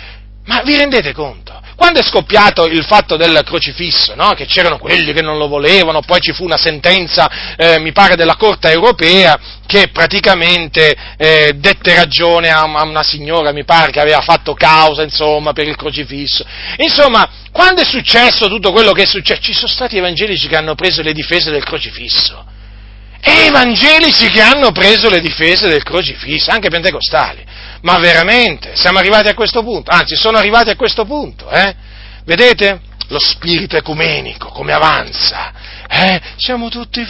Ma vi rendete conto? Quando è scoppiato il fatto del crocifisso, no? Che c'erano quelli che non lo volevano, poi ci fu una sentenza, eh, mi pare, della Corte europea, che praticamente eh, dette ragione a, a una signora, mi pare, che aveva fatto causa, insomma, per il crocifisso. Insomma, quando è successo tutto quello che è successo, ci sono stati evangelici che hanno preso le difese del crocifisso. E evangelici che hanno preso le difese del crocifisso, anche pentecostali. Ma veramente, siamo arrivati a questo punto, anzi sono arrivati a questo punto, eh? Vedete? Lo spirito ecumenico, come avanza, eh? Siamo tutti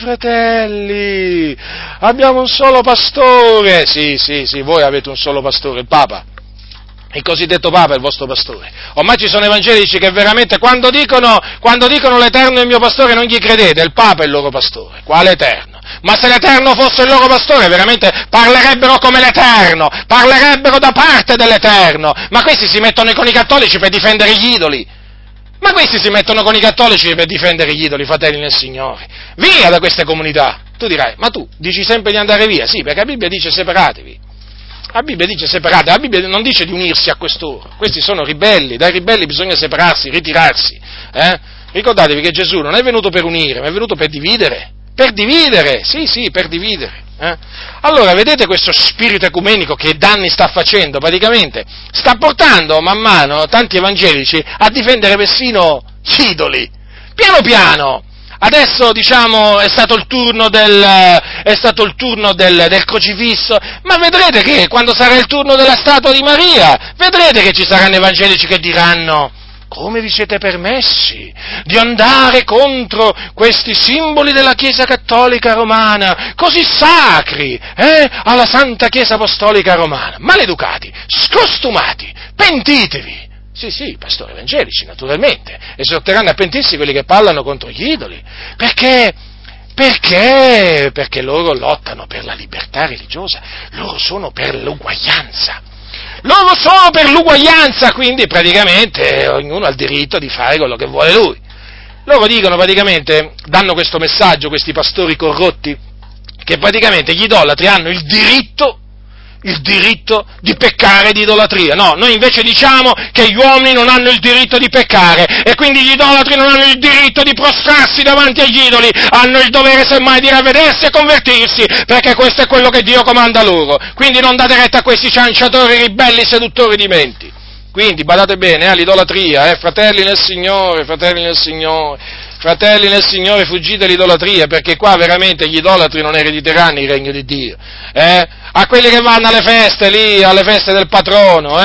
fratelli, abbiamo un solo pastore, sì, sì, sì, voi avete un solo pastore, il Papa, il cosiddetto Papa è il vostro pastore. Ormai ci sono evangelici che veramente quando dicono, quando dicono l'Eterno è il mio pastore non gli credete, il Papa è il loro pastore, quale Eterno? Ma se l'Eterno fosse il loro pastore, veramente parlerebbero come l'Eterno, parlerebbero da parte dell'Eterno, ma questi si mettono con i cattolici per difendere gli idoli, ma questi si mettono con i cattolici per difendere gli idoli, fratelli nel Signore, via da queste comunità. Tu dirai, ma tu dici sempre di andare via, sì, perché la Bibbia dice separatevi, la Bibbia dice separatevi, la Bibbia non dice di unirsi a costoro, questi sono ribelli, dai ribelli bisogna separarsi, ritirarsi, eh? Ricordatevi che Gesù non è venuto per unire, ma è venuto per dividere. Per dividere, sì, sì, per dividere. Eh? Allora, vedete questo spirito ecumenico che danni sta facendo? Praticamente sta portando man mano tanti evangelici a difendere persino gli idoli. Piano piano. Adesso, diciamo, è stato il turno del, è stato il turno del, del crocifisso, ma vedrete che quando sarà il turno della statua di Maria, vedrete che ci saranno evangelici che diranno: come vi siete permessi di andare contro questi simboli della Chiesa Cattolica Romana, così sacri, eh, alla Santa Chiesa Apostolica Romana? Maleducati, scostumati, pentitevi! Sì, sì, pastori evangelici, naturalmente, esorteranno a pentirsi quelli che parlano contro gli idoli, perché... Perché? Perché loro lottano per la libertà religiosa, loro sono per l'uguaglianza. Loro sono per l'uguaglianza, quindi praticamente ognuno ha il diritto di fare quello che vuole lui. Loro dicono praticamente, danno questo messaggio, questi pastori corrotti, che praticamente gli idolatri hanno il diritto, il diritto di peccare di idolatria. No, noi invece diciamo che gli uomini non hanno il diritto di peccare e quindi gli idolatri non hanno il diritto di prostrarsi davanti agli idoli, hanno il dovere semmai di ravvedersi e convertirsi, perché questo è quello che Dio comanda loro. Quindi non date retta a questi cianciatori, ribelli, seduttori di menti. Quindi badate bene, eh, l'idolatria, eh, fratelli nel Signore, fratelli nel Signore, fratelli nel Signore, fuggite l'idolatria, perché qua veramente gli idolatri non erediteranno il regno di Dio, eh? A quelli che vanno alle feste lì, alle feste del patrono, eh?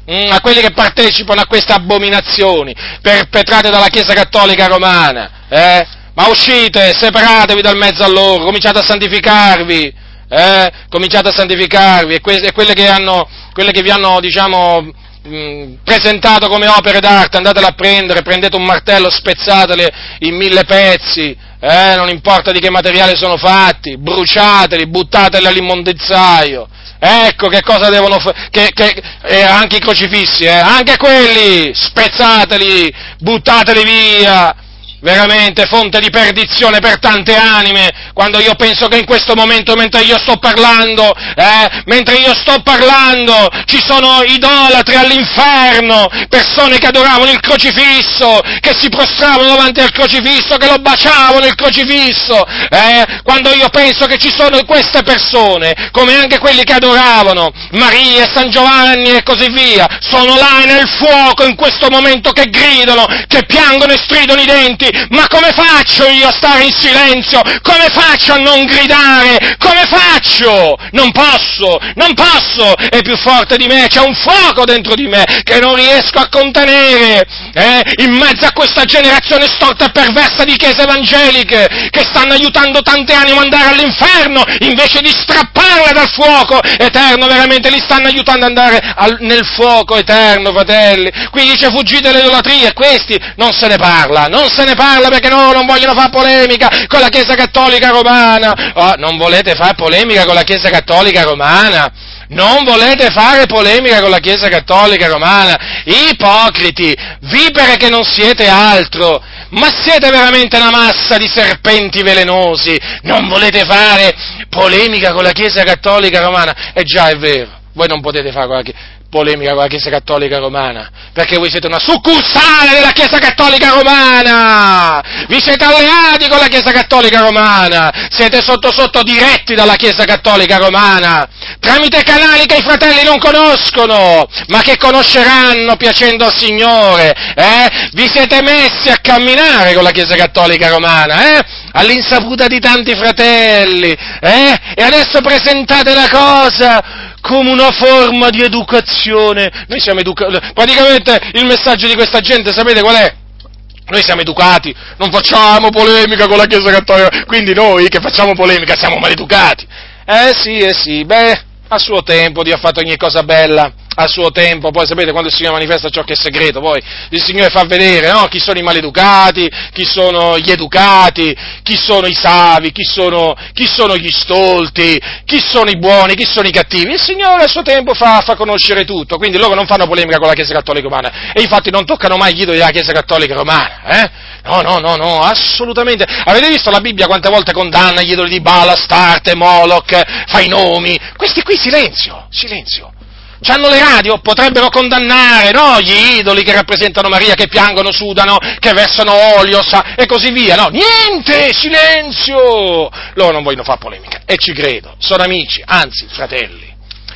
mm, a quelli che partecipano a queste abominazioni perpetrate dalla Chiesa Cattolica Romana, eh? Ma uscite, separatevi dal mezzo a loro, cominciate a santificarvi, eh? Cominciate a santificarvi, e, que- e quelle che hanno, quelle che vi hanno, diciamo, mh, presentato come opere d'arte, andatele a prendere, prendete un martello, spezzatele in mille pezzi, eh? Non importa di che materiale sono fatti, bruciateli, buttateli all'immondizzaio. Ecco che cosa devono fare, che, che eh, anche i crocifissi, eh? Anche quelli, spezzateli, buttateli via. Veramente fonte di perdizione per tante anime, quando io penso che in questo momento, mentre io sto parlando, eh, mentre io sto parlando, ci sono idolatri all'inferno, persone che adoravano il crocifisso, che si prostravano davanti al crocifisso, che lo baciavano il crocifisso, eh, quando io penso che ci sono queste persone, come anche quelli che adoravano Maria e San Giovanni e così via, sono là nel fuoco in questo momento che gridano, che piangono e stridono i denti. Ma come faccio io a stare in silenzio? Come faccio a non gridare? Come faccio? Non posso, non posso, è più forte di me, c'è un fuoco dentro di me che non riesco a contenere, eh? In mezzo a questa generazione storta e perversa di chiese evangeliche che stanno aiutando tante anime ad andare all'inferno invece di strapparle dal fuoco eterno, veramente li stanno aiutando ad andare al, nel fuoco eterno, fratelli. Qui dice fuggite dall'idolatria, e questi non se ne parla, non se ne parla perché no, non vogliono fare polemica con la Chiesa Cattolica Romana. Oh, non volete fare polemica con la Chiesa Cattolica Romana? Non volete fare polemica con la Chiesa Cattolica Romana? Ipocriti, vipere che non siete altro, ma siete veramente una massa di serpenti velenosi, non volete fare polemica con la Chiesa Cattolica Romana? Eh già, è vero, voi non potete fare con la Chiesa polemica con la Chiesa Cattolica Romana, perché voi siete una succursale della Chiesa Cattolica Romana, vi siete alleati con la Chiesa Cattolica Romana, siete sotto sotto diretti dalla Chiesa Cattolica Romana, tramite canali che i fratelli non conoscono, ma che conosceranno piacendo al Signore, eh? Vi siete messi a camminare con la Chiesa Cattolica Romana, eh? All'insaputa di tanti fratelli, eh? E adesso presentate la cosa come una forma di educazione. Noi siamo educati, praticamente il messaggio di questa gente, sapete qual è? Noi siamo educati, non facciamo polemica con la Chiesa Cattolica, quindi noi che facciamo polemica siamo maleducati. Eh sì, eh sì, beh, a suo tempo Dio ha fatto ogni cosa bella, a suo tempo, poi sapete quando il Signore manifesta ciò che è segreto, poi il Signore fa vedere, no? Chi sono i maleducati, chi sono gli educati, chi sono i savi, chi sono, chi sono gli stolti, chi sono i buoni, chi sono i cattivi. Il Signore a suo tempo fa, fa conoscere tutto, quindi loro non fanno polemica con la Chiesa Cattolica Romana, e infatti non toccano mai gli idoli della Chiesa Cattolica Romana, eh? No, no, no, no, assolutamente. Avete visto la Bibbia quante volte condanna gli idoli di Baal, Astarte, Moloch, fa i nomi? Questi qui silenzio, silenzio. C'hanno le radio, potrebbero condannare, no? Gli idoli che rappresentano Maria, che piangono, sudano, che versano olio, sa, e così via, no? Niente, silenzio! Loro non vogliono fare polemica, e ci credo, sono amici, anzi, fratelli.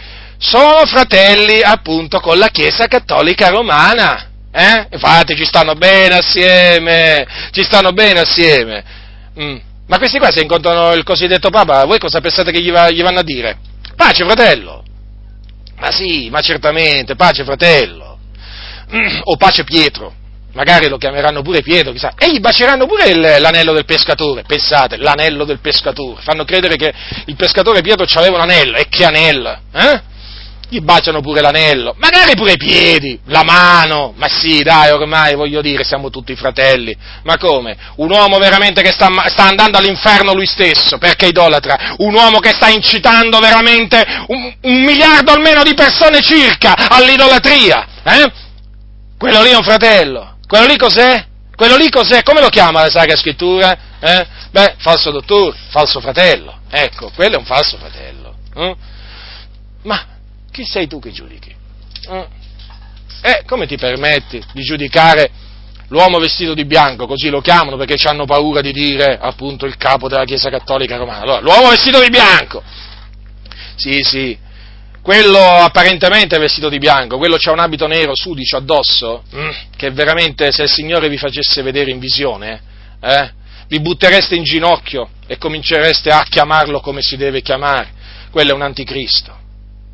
Sono fratelli, appunto, con la Chiesa Cattolica Romana. Eh? Infatti ci stanno bene assieme, ci stanno bene assieme. Mm. Ma questi qua se incontrano il cosiddetto Papa, voi cosa pensate che gli, va, gli vanno a dire? Pace fratello! Ma sì, ma certamente, pace fratello! Mm. O pace Pietro, magari lo chiameranno pure Pietro, chissà, e gli baceranno pure il, l'anello del pescatore, pensate, l'anello del pescatore, fanno credere che il pescatore Pietro c'aveva un anello, e che anello, eh? Gli baciano pure l'anello, magari pure i piedi, la mano, ma sì, dai, ormai voglio dire, siamo tutti fratelli, ma come? Un uomo veramente che sta, sta andando all'inferno lui stesso, perché idolatra, un uomo che sta incitando veramente un, un miliardo almeno di persone circa all'idolatria, eh? Quello lì è un fratello, quello lì cos'è? Quello lì cos'è? Come lo chiama la Sacra Scrittura? Eh? Beh, falso dottore, falso fratello, ecco, quello è un falso fratello, eh? Ma chi sei tu che giudichi? Eh, come ti permetti di giudicare l'uomo vestito di bianco, così lo chiamano perché hanno paura di dire, appunto, il capo della Chiesa Cattolica Romana. Allora, l'uomo vestito di bianco! Sì, sì, quello apparentemente è vestito di bianco, quello c'ha un abito nero sudicio addosso, che veramente, se il Signore vi facesse vedere in visione, eh, vi buttereste in ginocchio e comincereste a chiamarlo come si deve chiamare. Quello è un anticristo.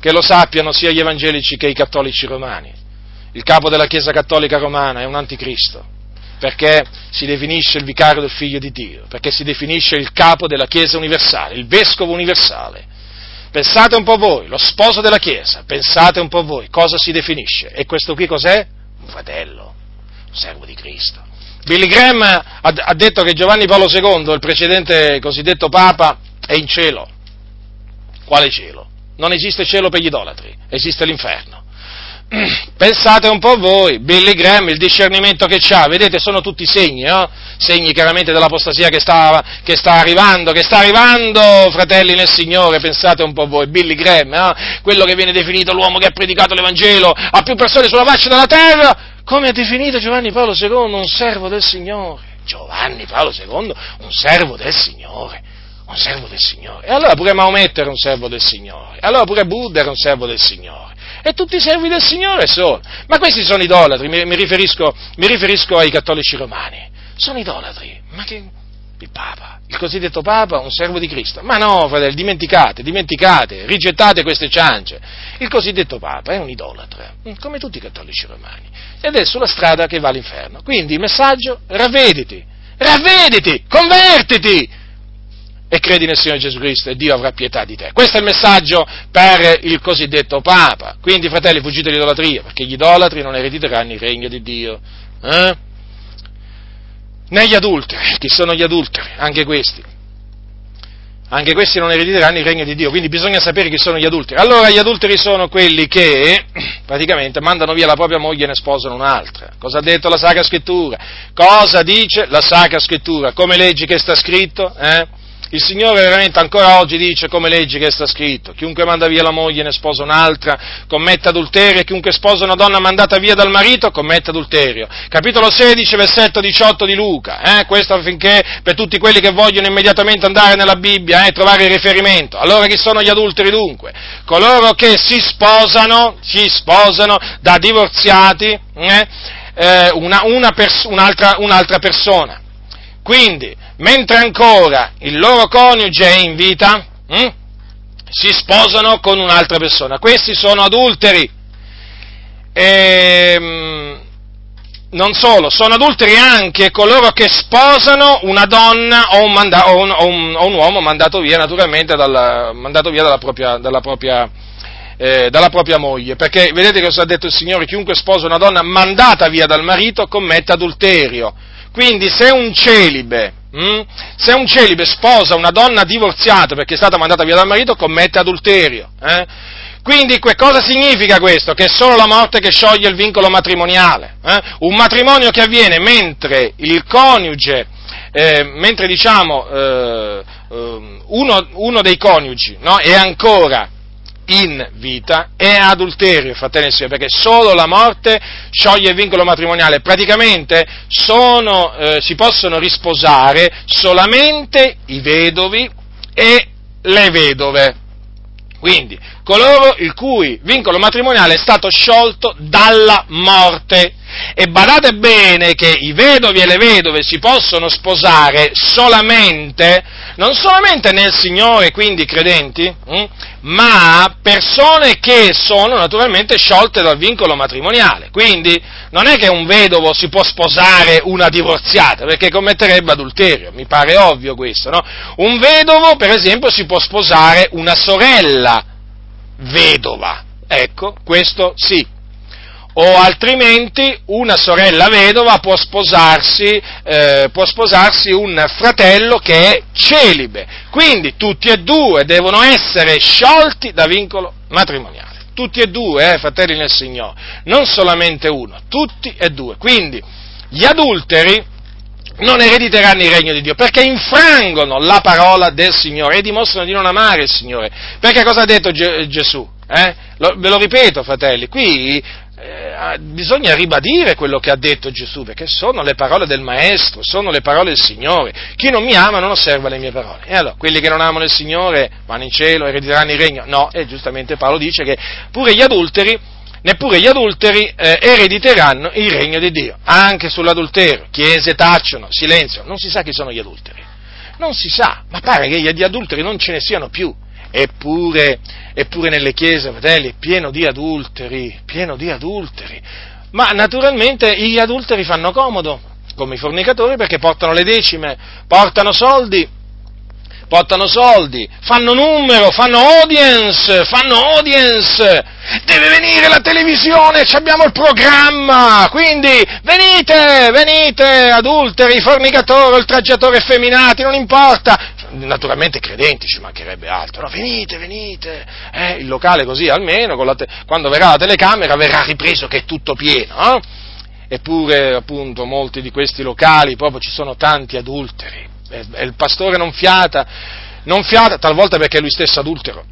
che lo sappiano sia gli evangelici che i cattolici romani. Il capo della Chiesa Cattolica Romana è un anticristo, perché si definisce il vicario del Figlio di Dio, perché si definisce il capo della Chiesa universale, il vescovo universale. Pensate un po' voi, lo sposo della Chiesa, pensate un po' voi, cosa si definisce? E questo qui cos'è? Un fratello, un servo di Cristo. Billy Graham ha, ha detto che Giovanni Paolo secondo, il precedente cosiddetto Papa, è in cielo. Quale cielo? Non esiste cielo per gli idolatri, esiste l'inferno. Pensate un po' voi, Billy Graham, il discernimento che c'ha, vedete, sono tutti segni, no? Segni chiaramente dell'apostasia che sta, che sta arrivando, che sta arrivando, fratelli nel Signore, pensate un po' voi, Billy Graham, no? Quello che viene definito l'uomo che ha predicato l'Evangelo a più persone sulla faccia della terra, come ha definito Giovanni Paolo secondo, un servo del Signore. Giovanni Paolo secondo, un servo del Signore. Un servo del Signore. E allora pure Maometto era un servo del Signore. E allora pure Buddha era un servo del Signore. E tutti i servi del Signore sono. Ma questi sono idolatri, mi, mi, riferisco, mi riferisco ai cattolici romani. Sono idolatri. Ma che... Il Papa, il cosiddetto Papa, un servo di Cristo. Ma no, fratelli, dimenticate, dimenticate, rigettate queste ciance. Il cosiddetto Papa è un idolatra, come tutti i cattolici romani. Ed è sulla strada che va all'inferno. Quindi il messaggio, ravvediti, ravvediti, convertiti! E credi nel Signore Gesù Cristo e Dio avrà pietà di te. Questo è il messaggio per il cosiddetto Papa. Quindi, fratelli, fuggite dall'idolatria, perché gli idolatri non erediteranno il regno di Dio. Eh? Né gli adulteri. Chi sono gli adulteri? Anche questi. Anche questi non erediteranno il regno di Dio, quindi bisogna sapere chi sono gli adulteri. Allora, gli adulteri sono quelli che, praticamente, mandano via la propria moglie e ne sposano un'altra. Cosa ha detto la Sacra Scrittura? Cosa dice la Sacra Scrittura? Come leggi che sta scritto? Eh? Il Signore veramente ancora oggi dice, come leggi che sta scritto, chiunque manda via la moglie e ne sposa un'altra commette adulterio, e chiunque sposa una donna mandata via dal marito commette adulterio. Capitolo sedici, versetto diciotto di Luca, eh? Questo affinché per tutti quelli che vogliono immediatamente andare nella Bibbia e eh, trovare il riferimento. Allora chi sono gli adulteri dunque? Coloro che si sposano, si sposano da divorziati eh, eh, una, una pers- un'altra, un'altra persona. Quindi, mentre ancora il loro coniuge è in vita, hm, si sposano con un'altra persona. Questi sono adulteri. E, non solo, sono adulteri anche coloro che sposano una donna o un, manda- o un, o un, o un uomo mandato via, naturalmente, dalla, mandato via dalla propria, dalla propria Eh, dalla propria moglie, perché vedete cosa ha detto il Signore? Chiunque sposa una donna mandata via dal marito commette adulterio. Quindi se un celibe, hm, se un celibe sposa una donna divorziata perché è stata mandata via dal marito, commette adulterio. Eh? Quindi que- cosa significa questo? Che è solo la morte che scioglie il vincolo matrimoniale. Eh? Un matrimonio che avviene mentre il coniuge, eh, mentre diciamo eh, uno, uno dei coniugi, no, è ancora in vita, è adulterio, fratelli e sorelle, perché solo la morte scioglie il vincolo matrimoniale. Praticamente sono, eh, si possono risposare solamente i vedovi e le vedove. Quindi, coloro il cui vincolo matrimoniale è stato sciolto dalla morte. E badate bene che i vedovi e le vedove si possono sposare solamente, non solamente nel Signore, quindi credenti, hm, ma persone che sono naturalmente sciolte dal vincolo matrimoniale. Quindi non è che un vedovo si può sposare una divorziata, perché commetterebbe adulterio, mi pare ovvio questo, no? Un vedovo, per esempio, si può sposare una sorella vedova, ecco, questo sì. O altrimenti una sorella vedova può sposarsi, eh, può sposarsi un fratello che è celibe. Quindi tutti e due devono essere sciolti da vincolo matrimoniale. Tutti e due, eh, fratelli nel Signore, non solamente uno, tutti e due. Quindi gli adulteri non erediteranno il regno di Dio, perché infrangono la parola del Signore e dimostrano di non amare il Signore. Perché cosa ha detto Ge- Gesù? Eh? Lo, ve lo ripeto, fratelli, qui eh, bisogna ribadire quello che ha detto Gesù, perché sono le parole del Maestro, sono le parole del Signore. Chi non mi ama non osserva le mie parole. E allora, quelli che non amano il Signore vanno in cielo, erediteranno il regno? No, e giustamente Paolo dice che pure gli adulteri, neppure gli adulteri eh, erediteranno il regno di Dio. Anche sull'adulterio, chiese tacciono, silenzio, non si sa chi sono gli adulteri, non si sa, ma pare che gli adulteri non ce ne siano più. eppure, eppure nelle chiese, fratelli, è pieno di adulteri, pieno di adulteri. Ma naturalmente gli adulteri fanno comodo, come i fornicatori, perché portano le decime, portano soldi, portano soldi, fanno numero, fanno audience, fanno audience, deve venire la televisione, abbiamo il programma, quindi venite, venite, adulteri, fornicatori, oltraggiatori effeminati, non importa, naturalmente credenti, ci mancherebbe altro, no, venite, venite, eh, il locale così almeno, con la te- quando verrà la telecamera verrà ripreso che è tutto pieno, eh? Eppure appunto molti di questi locali proprio ci sono tanti adulteri. E il pastore non fiata, non fiata, talvolta perché è lui stesso adultero,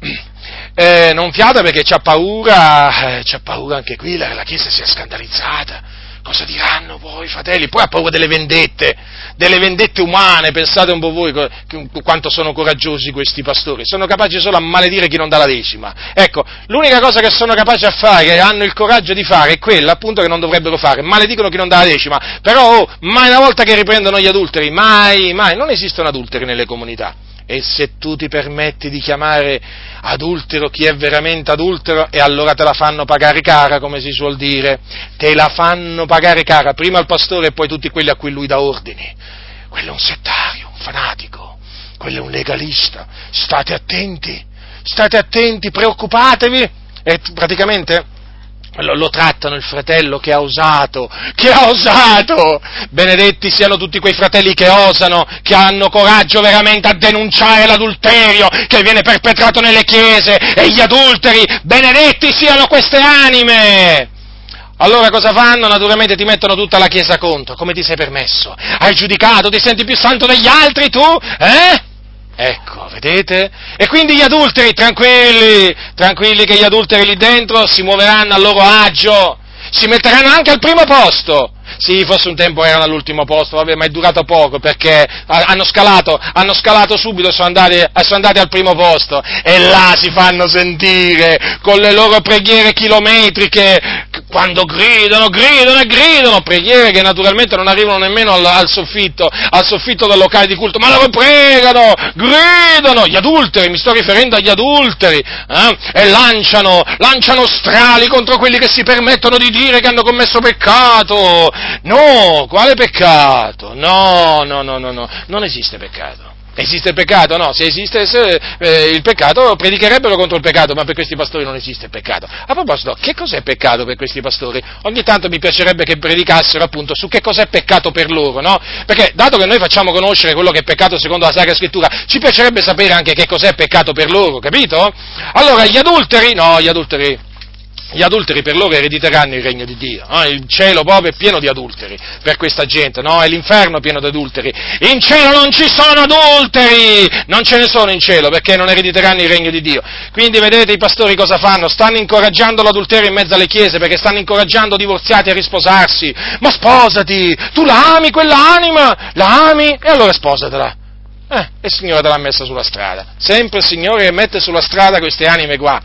eh, non fiata perché c'ha paura, eh, c'ha paura anche qui, la, la Chiesa si è scandalizzata, cosa diranno poi, fratelli, poi ha paura delle vendette, delle vendette umane, pensate un po' voi quanto sono coraggiosi questi pastori, sono capaci solo a maledire chi non dà la decima, ecco, l'unica cosa che sono capaci a fare, che hanno il coraggio di fare, è quella appunto che non dovrebbero fare, maledicono chi non dà la decima, però oh, mai una volta che riprendono gli adulteri, mai, mai, non esistono adulteri nelle comunità. E se tu ti permetti di chiamare adultero chi è veramente adultero, e allora te la fanno pagare cara, come si suol dire, te la fanno pagare cara, prima il pastore e poi tutti quelli a cui lui dà ordini. Quello è un settario, un fanatico, quello è un legalista, state attenti, state attenti, preoccupatevi, e praticamente Lo, lo trattano il fratello che ha osato, che ha osato, benedetti siano tutti quei fratelli che osano, che hanno coraggio veramente a denunciare l'adulterio che viene perpetrato nelle chiese e gli adulteri, benedetti siano queste anime. Allora cosa fanno? Naturalmente ti mettono tutta la chiesa contro, come ti sei permesso? Hai giudicato, ti senti più santo degli altri tu? Eh? Ecco, vedete? E quindi gli adulteri, tranquilli, tranquilli che gli adulteri lì dentro si muoveranno a loro agio, si metteranno anche al primo posto. Sì, forse un tempo erano all'ultimo posto, vabbè, ma è durato poco perché hanno scalato, hanno scalato subito, sono andati, sono andati al primo posto e là si fanno sentire con le loro preghiere chilometriche, quando gridano, gridano e gridano, preghiere che naturalmente non arrivano nemmeno al, al soffitto, al soffitto del locale di culto, ma loro pregano, gridano, gli adulteri, mi sto riferendo agli adulteri, eh? E lanciano, lanciano strali contro quelli che si permettono di dire che hanno commesso peccato. No, quale peccato? No, no, no, no, no, non esiste peccato. Esiste il peccato? No, se esiste se, eh, il peccato, predicherebbero contro il peccato, ma per questi pastori non esiste il peccato. A proposito, che cos'è peccato per questi pastori? Ogni tanto mi piacerebbe che predicassero appunto su che cos'è peccato per loro, no? Perché dato che noi facciamo conoscere quello che è peccato secondo la Sacra Scrittura, ci piacerebbe sapere anche che cos'è peccato per loro, capito? Allora, gli adulteri, no, gli adulteri... Gli adulteri per loro erediteranno il regno di Dio, no? Il cielo proprio è pieno di adulteri per questa gente, no? E l'inferno pieno di adulteri. In cielo non ci sono adulteri, non ce ne sono in cielo perché non erediteranno il regno di Dio. Quindi vedete i pastori cosa fanno? Stanno incoraggiando l'adulterio in mezzo alle chiese perché stanno incoraggiando divorziati a risposarsi. Ma sposati, tu la ami quell'anima, la ami e allora sposatela. Eh, e il Signore te l'ha messa sulla strada. Sempre il Signore che mette sulla strada queste anime qua.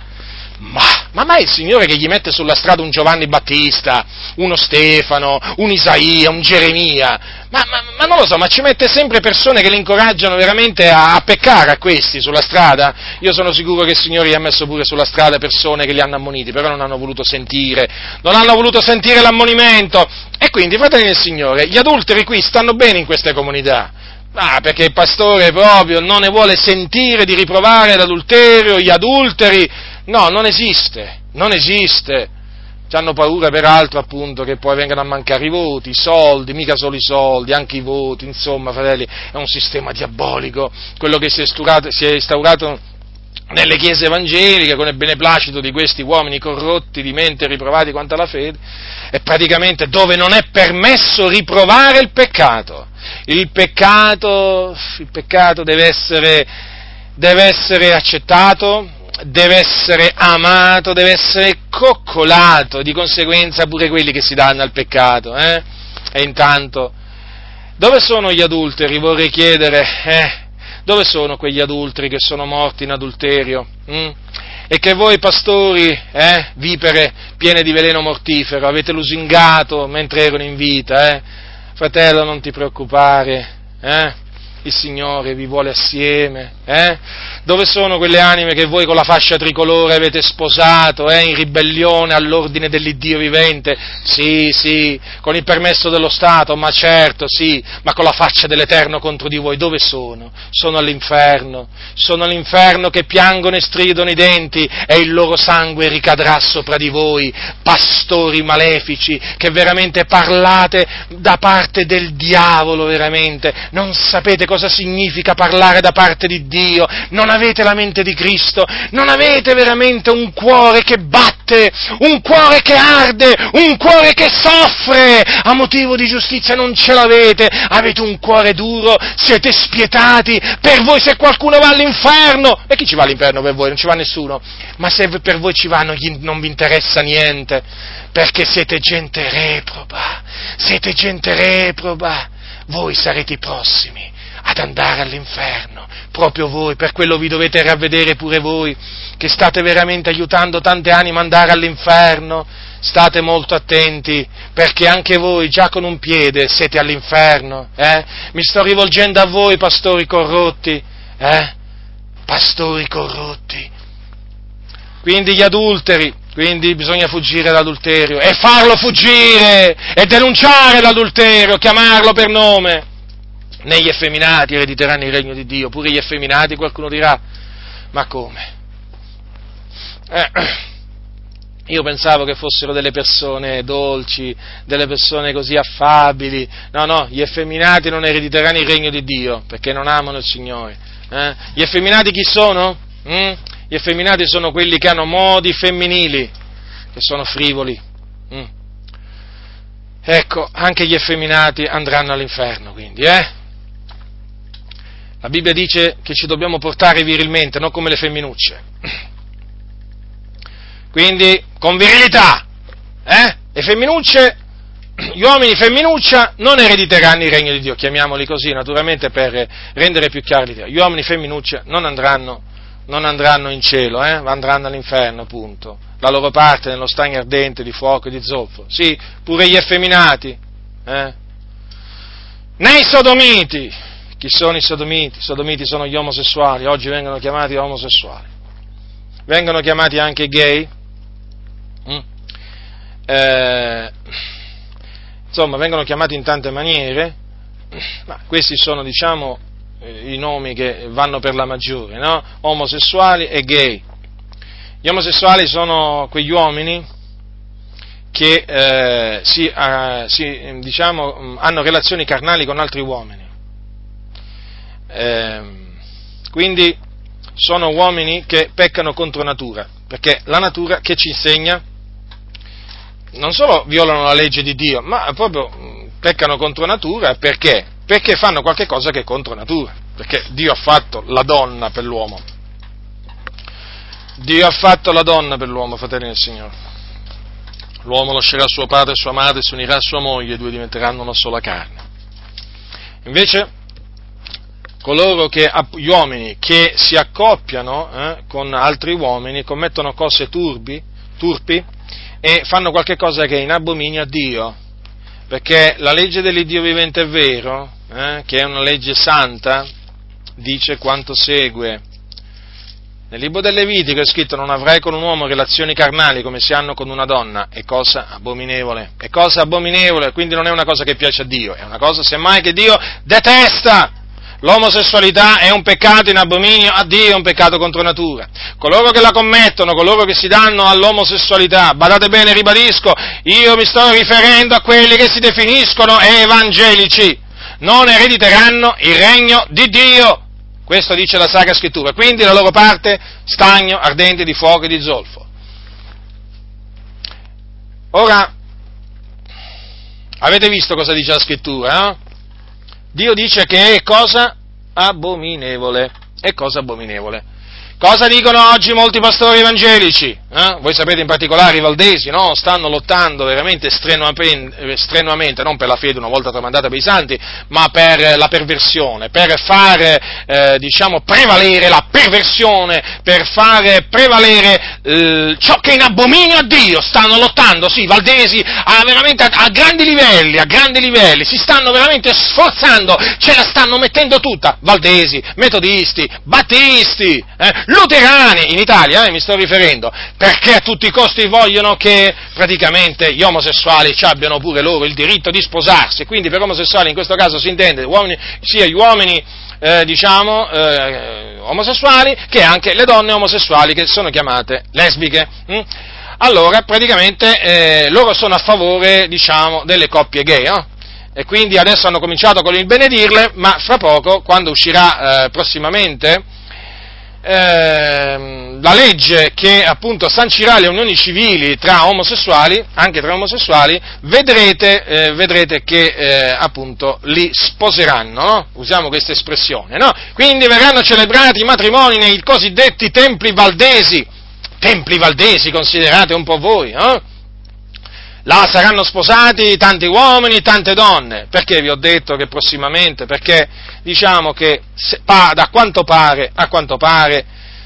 Ma, ma mai il Signore che gli mette sulla strada un Giovanni Battista, uno Stefano, un Isaia, un Geremia? Ma, ma, ma non lo so, ma ci mette sempre persone che li incoraggiano veramente a, a peccare a questi sulla strada? Io sono sicuro che il Signore gli ha messo pure sulla strada persone che li hanno ammoniti, però non hanno voluto sentire, non hanno voluto sentire l'ammonimento. E quindi, fratelli del Signore, gli adulteri qui stanno bene in queste comunità. Ah, perché il pastore proprio non ne vuole sentire di riprovare l'adulterio, gli adulteri. No, non esiste, non esiste. C'hanno paura peraltro appunto che poi vengano a mancare i voti, i soldi, mica solo i soldi, anche i voti, insomma, fratelli, è un sistema diabolico, quello che si è instaurato, si è instaurato nelle chiese evangeliche con il beneplacito di questi uomini corrotti di mente riprovati quanto alla fede, è praticamente dove non è permesso riprovare il peccato. Il peccato, il peccato deve essere, deve essere accettato, deve essere amato, deve essere coccolato, di conseguenza pure quelli che si danno al peccato, eh? E intanto, dove sono gli adulteri, vorrei chiedere, eh? Dove sono quegli adulteri che sono morti in adulterio? Hm? E che voi pastori, eh? Vipere piene di veleno mortifero, avete lusingato mentre erano in vita, eh? Fratello, non ti preoccupare, eh? Il Signore vi vuole assieme, eh? Dove sono quelle anime che voi con la fascia tricolore avete sposato, eh, in ribellione all'ordine dell'Iddio vivente? Sì, sì, con il permesso dello Stato, ma certo, sì, ma con la faccia dell'Eterno contro di voi, dove sono? Sono all'inferno, sono all'inferno che piangono e stridono i denti e il loro sangue ricadrà sopra di voi, pastori malefici, che veramente parlate da parte del diavolo, veramente, non sapete cosa significa parlare da parte di Dio, non avete la mente di Cristo, non avete veramente un cuore che batte, un cuore che arde, un cuore che soffre a motivo di giustizia, non ce l'avete, avete un cuore duro, siete spietati, per voi se qualcuno va all'inferno, e chi ci va all'inferno per voi? Non ci va nessuno, ma se per voi ci va non, gli, non vi interessa niente, perché siete gente reproba, siete gente reproba, voi sarete i prossimi ad andare all'inferno, proprio voi, per quello vi dovete ravvedere pure voi, che state veramente aiutando tante anime ad andare all'inferno, state molto attenti, perché anche voi già con un piede siete all'inferno, eh? Mi sto rivolgendo a voi, pastori corrotti, eh? Pastori corrotti, quindi gli adulteri, quindi bisogna fuggire dall'adulterio, e farlo fuggire, e denunciare l'adulterio, chiamarlo per nome. Né gli effeminati erediteranno il regno di Dio, pure gli effeminati, qualcuno dirà, ma come? Eh, io pensavo che fossero delle persone dolci, delle persone così affabili, no, no, gli effeminati non erediteranno il regno di Dio, perché non amano il Signore. Eh? Gli effeminati chi sono? Mm? Gli effeminati sono quelli che hanno modi femminili, che sono frivoli. Mm. Ecco, anche gli effeminati andranno all'inferno, quindi, eh? La Bibbia dice che ci dobbiamo portare virilmente, non come le femminucce. Quindi, con virilità, eh? Le femminucce, gli uomini femminuccia non erediteranno il regno di Dio, chiamiamoli così, naturalmente per rendere più chiaro l'idea. Gli uomini femminuccia non andranno, non andranno in cielo, eh? Andranno all'inferno, appunto. La loro parte nello stagno ardente di fuoco e di zolfo. Sì, pure gli effeminati, eh? Nei sodomiti. Chi sono i sodomiti? I sodomiti sono gli omosessuali, oggi vengono chiamati omosessuali, vengono chiamati anche gay, mm. eh, insomma vengono chiamati in tante maniere, ma questi sono, diciamo, i nomi che vanno per la maggiore, no? Omosessuali e gay. Gli omosessuali sono quegli uomini che eh, si, eh, si, diciamo, hanno relazioni carnali con altri uomini. Eh, quindi sono uomini che peccano contro natura, perché la natura che ci insegna non solo violano la legge di Dio, ma proprio peccano contro natura. Perché? Perché fanno qualche cosa che è contro natura, perché Dio ha fatto la donna per l'uomo, Dio ha fatto la donna per l'uomo, fratelli del Signore. L'uomo lascerà suo padre e sua madre, si unirà a sua moglie, e due diventeranno una sola carne. Invece coloro che, gli uomini che si accoppiano eh, con altri uomini, commettono cose turbi, turpi e fanno qualche cosa che è in abominio a Dio, perché la legge dell'Iddio vivente è vero, eh, che è una legge santa, dice quanto segue. Nel libro del Levitico è scritto: non avrai con un uomo relazioni carnali come si hanno con una donna, è cosa abominevole, è cosa abominevole, quindi non è una cosa che piace a Dio, è una cosa semmai che Dio detesta. L'omosessualità è un peccato in abominio a Dio, è un peccato contro natura. Coloro che la commettono, coloro che si danno all'omosessualità, badate bene, ribadisco, io mi sto riferendo a quelli che si definiscono evangelici, non erediteranno il regno di Dio. Questo dice la Sacra Scrittura. Quindi la loro parte, stagno ardente di fuoco e di zolfo. Ora, avete visto cosa dice la Scrittura, no? Dio dice che è cosa abominevole, è cosa abominevole. Cosa dicono oggi molti pastori evangelici? Eh? Voi sapete in particolare i valdesi, no? Stanno lottando veramente strenuamente, strenuamente, non per la fede una volta tramandata per i santi, ma per la perversione, per fare, eh, diciamo, prevalere la perversione, per fare prevalere eh, ciò che è in abominio a Dio. Stanno lottando, sì, i valdesi, a, veramente a, a grandi livelli, a grandi livelli, si stanno veramente sforzando, ce la stanno mettendo tutta, valdesi, metodisti, battisti, eh, luterani, in Italia, eh, mi sto riferendo, perché a tutti i costi vogliono che praticamente gli omosessuali ci abbiano pure loro il diritto di sposarsi, quindi per omosessuali in questo caso si intende uomini, sia gli uomini eh, diciamo eh, omosessuali che anche le donne omosessuali che sono chiamate lesbiche. Hm? Allora praticamente eh, loro sono a favore, diciamo, delle coppie gay, no? E quindi adesso hanno cominciato con il benedirle, ma fra poco, quando uscirà eh, prossimamente Eh, la legge che appunto sancirà le unioni civili tra omosessuali, anche tra omosessuali, vedrete, eh, vedrete che eh, appunto li sposeranno, no? Usiamo questa espressione, no? Quindi verranno celebrati i matrimoni nei cosiddetti templi valdesi, templi valdesi, considerate un po' voi, no? Là saranno sposati tanti uomini, tante donne. Perché vi ho detto che prossimamente? Perché diciamo che se, pa, da quanto pare, a quanto pare,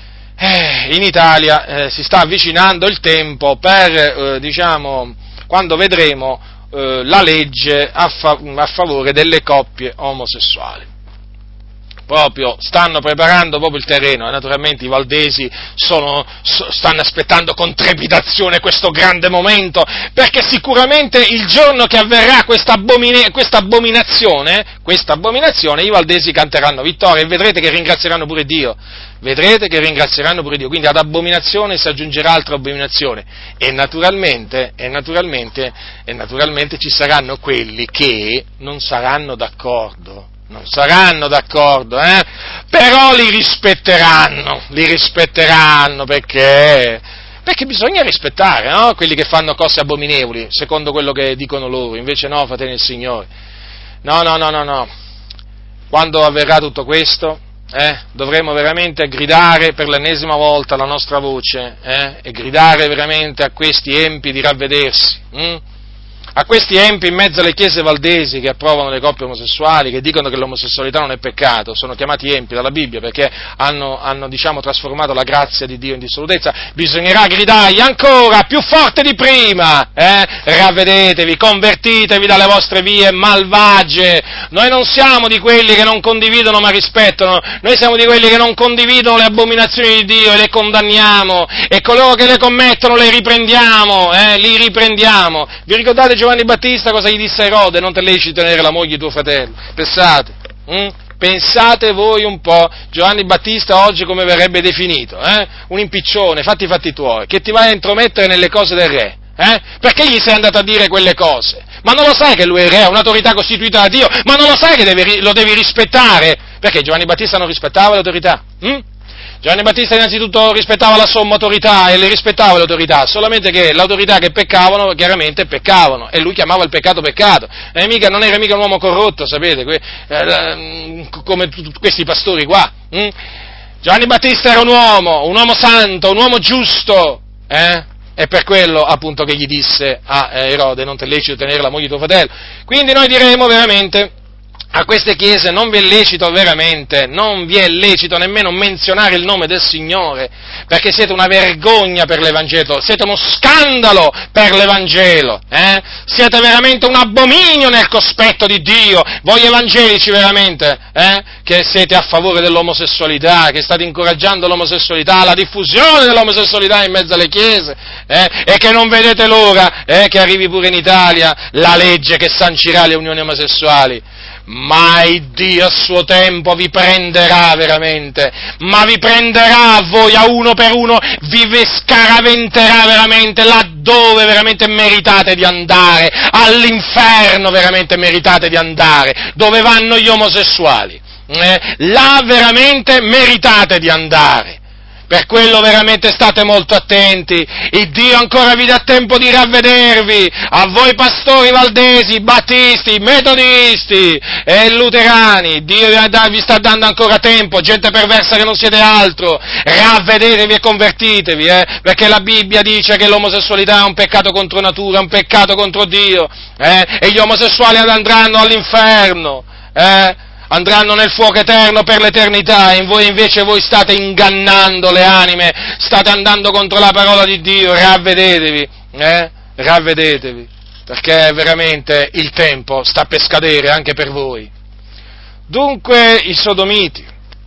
eh, in Italia eh, si sta avvicinando il tempo per, eh, diciamo, quando vedremo eh, la legge a, fa, a favore delle coppie omosessuali. Proprio stanno preparando proprio il terreno e naturalmente i valdesi sono, so, stanno aspettando con trepidazione questo grande momento, perché sicuramente il giorno che avverrà questa, abomine, questa abominazione, questa abominazione, i valdesi canteranno vittoria e vedrete che ringrazieranno pure Dio, vedrete che ringrazieranno pure Dio, quindi ad abominazione si aggiungerà altra abominazione e naturalmente, e naturalmente, e naturalmente ci saranno quelli che non saranno d'accordo. Non saranno d'accordo, eh? Però li rispetteranno, li rispetteranno perché, perché bisogna rispettare, no? Quelli che fanno cose abominevoli, secondo quello che dicono loro, invece no, fratelli del Signore. No, no, no, no, no. Quando avverrà tutto questo, eh, dovremo veramente gridare per l'ennesima volta la nostra voce, eh? E gridare veramente a questi empi di ravvedersi, hm? A questi empi in mezzo alle chiese valdesi che approvano le coppie omosessuali, che dicono che l'omosessualità non è peccato, sono chiamati empi dalla Bibbia perché hanno, hanno diciamo, trasformato la grazia di Dio in dissolutezza, bisognerà gridargli ancora più forte di prima, eh? Ravvedetevi, convertitevi dalle vostre vie malvagie, noi non siamo di quelli che non condividono ma rispettano, noi siamo di quelli che non condividono le abominazioni di Dio e le condanniamo, e coloro che le commettono le riprendiamo, eh? Li riprendiamo. Vi ricordate Giovanni Battista cosa gli disse a Erode? Non te leciti tenere la moglie di tuo fratello. Pensate, hm? Pensate voi un po', Giovanni Battista oggi come verrebbe definito, eh? Un impiccione, fatti i fatti tuoi, che ti vai a intromettere nelle cose del re, eh? Perché gli sei andato a dire quelle cose? Ma non lo sai che lui è il re, è un'autorità costituita da Dio, ma non lo sai che devi, lo devi rispettare? Perché Giovanni Battista non rispettava l'autorità, hm? Giovanni Battista innanzitutto rispettava la somma autorità e le rispettava le autorità, solamente che l'autorità che peccavano chiaramente peccavano e lui chiamava il peccato peccato, e mica, non era mica un uomo corrotto, sapete, que, eh, come t- questi pastori qua. Hm? Giovanni Battista era un uomo, un uomo santo, un uomo giusto, eh? E per quello appunto che gli disse a Erode non ti è lecito tenere la moglie di tuo fratello. Quindi noi diremo veramente a queste chiese non vi è lecito veramente, non vi è lecito nemmeno menzionare il nome del Signore, perché siete una vergogna per l'Evangelo, siete uno scandalo per l'Evangelo, eh? Siete veramente un abominio nel cospetto di Dio, voi evangelici veramente, eh? Che siete a favore dell'omosessualità, che state incoraggiando l'omosessualità, la diffusione dell'omosessualità in mezzo alle chiese, eh? E che non vedete l'ora, eh? Che arrivi pure in Italia la legge che sancirà le unioni omosessuali. Ma il Dio a suo tempo vi prenderà veramente, ma vi prenderà a voi a uno per uno, vi scaraventerà veramente laddove veramente meritate di andare, all'inferno veramente meritate di andare, dove vanno gli omosessuali, eh? Là veramente meritate di andare. Per quello veramente state molto attenti, il Dio ancora vi dà tempo di ravvedervi, a voi pastori valdesi, battisti, metodisti e luterani, Dio vi sta dando ancora tempo, gente perversa che non siete altro, ravvedetevi e convertitevi, eh, perché la Bibbia dice che l'omosessualità è un peccato contro natura, è un peccato contro Dio, eh, e gli omosessuali andranno all'inferno, eh, andranno nel fuoco eterno per l'eternità, e voi invece voi state ingannando le anime, state andando contro la parola di Dio, ravvedetevi, eh? Ravvedetevi, perché veramente il tempo sta per scadere anche per voi. Dunque, i sodomiti,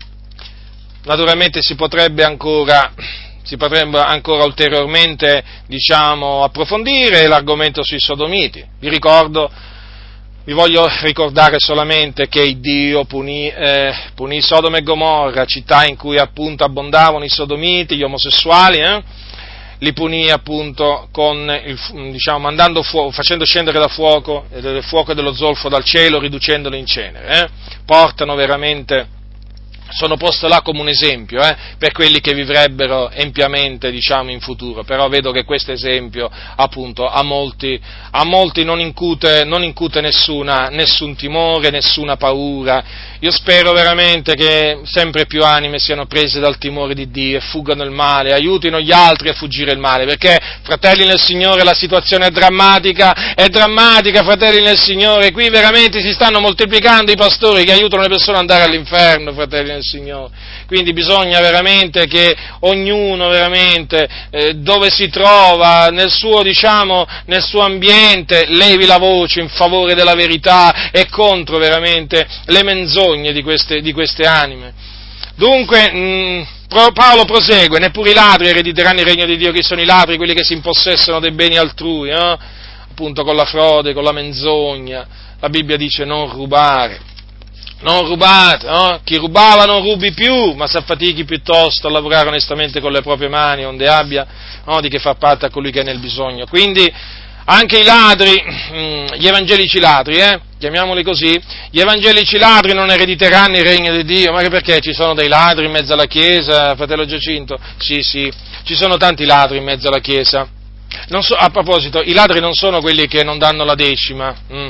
naturalmente si potrebbe ancora, si potrebbe ancora ulteriormente, diciamo, approfondire l'argomento sui sodomiti. Vi ricordo, Vi voglio ricordare solamente che Dio punì, eh, punì Sodoma e Gomorra, città in cui appunto abbondavano i sodomiti, gli omosessuali, eh? li punì appunto con il, diciamo, mandando fuoco, facendo scendere da fuoco, eh, del fuoco e dello zolfo dal cielo, riducendolo in cenere. Eh? Portano veramente, sono posto là come un esempio eh, per quelli che vivrebbero empiamente, diciamo, in futuro, però vedo che questo esempio appunto a molti, a molti non incute, non incute nessuna, nessun timore, nessuna paura. Io spero veramente che sempre più anime siano prese dal timore di Dio e fuggano il male, aiutino gli altri a fuggire il male, perché, fratelli nel Signore, la situazione è drammatica, è drammatica, fratelli nel Signore, qui veramente si stanno moltiplicando i pastori che aiutano le persone ad andare all'inferno, fratelli nel Signore. Quindi bisogna veramente che ognuno veramente eh, dove si trova nel suo, diciamo, nel suo ambiente levi la voce in favore della verità e contro veramente le menzogne di queste, di queste anime. Dunque mh, Paolo prosegue: neppure i ladri erediteranno il regno di Dio. Chi sono i ladri? Quelli che si impossessano dei beni altrui, eh? appunto con la frode, con la menzogna. La Bibbia dice non rubare. Non rubate, no? Chi rubava non rubi più, ma s'affatichi piuttosto a lavorare onestamente con le proprie mani, onde abbia, no, di che far parte a colui che è nel bisogno. Quindi anche i ladri, gli evangelici ladri, eh, chiamiamoli così, gli evangelici ladri non erediteranno il regno di Dio. Ma che perché ci sono dei ladri in mezzo alla Chiesa, fratello Giacinto? Sì, sì, ci sono tanti ladri in mezzo alla Chiesa. Non so, a proposito, i ladri non sono quelli che non danno la decima, mm.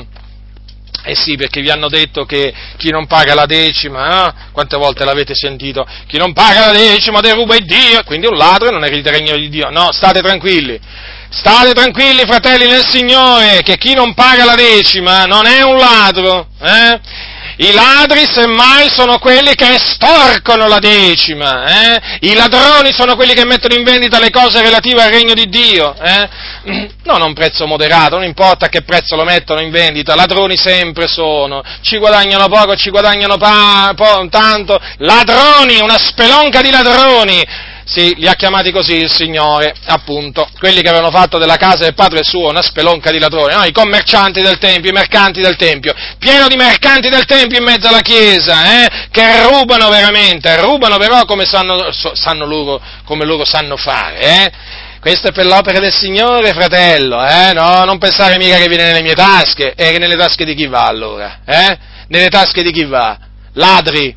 Eh sì, perché vi hanno detto che chi non paga la decima, eh? Quante volte l'avete sentito? Chi non paga la decima deruba il Dio, quindi un ladro non eredita il regno di Dio. No, state tranquilli, state tranquilli, fratelli nel Signore, che chi non paga la decima non è un ladro, eh? I ladri, semmai, sono quelli che estorcono la decima, eh? I ladroni sono quelli che mettono in vendita le cose relative al regno di Dio, eh? Non a un prezzo moderato, non importa a che prezzo lo mettono in vendita, ladroni sempre sono, ci guadagnano poco, ci guadagnano pa- po- tanto, ladroni, una spelonca di ladroni. Sì, li ha chiamati così il Signore, appunto, quelli che avevano fatto della casa del Padre suo una spelonca di ladroni, no? I commercianti del Tempio, i mercanti del Tempio, pieno di mercanti del Tempio in mezzo alla Chiesa, eh? Che rubano veramente, rubano però come sanno, sanno loro, come loro sanno fare, eh? Questo è per l'opera del Signore, fratello, eh? No, non pensare mica che viene nelle mie tasche, e eh, che nelle tasche di chi va allora, eh? Nelle tasche di chi va? Ladri,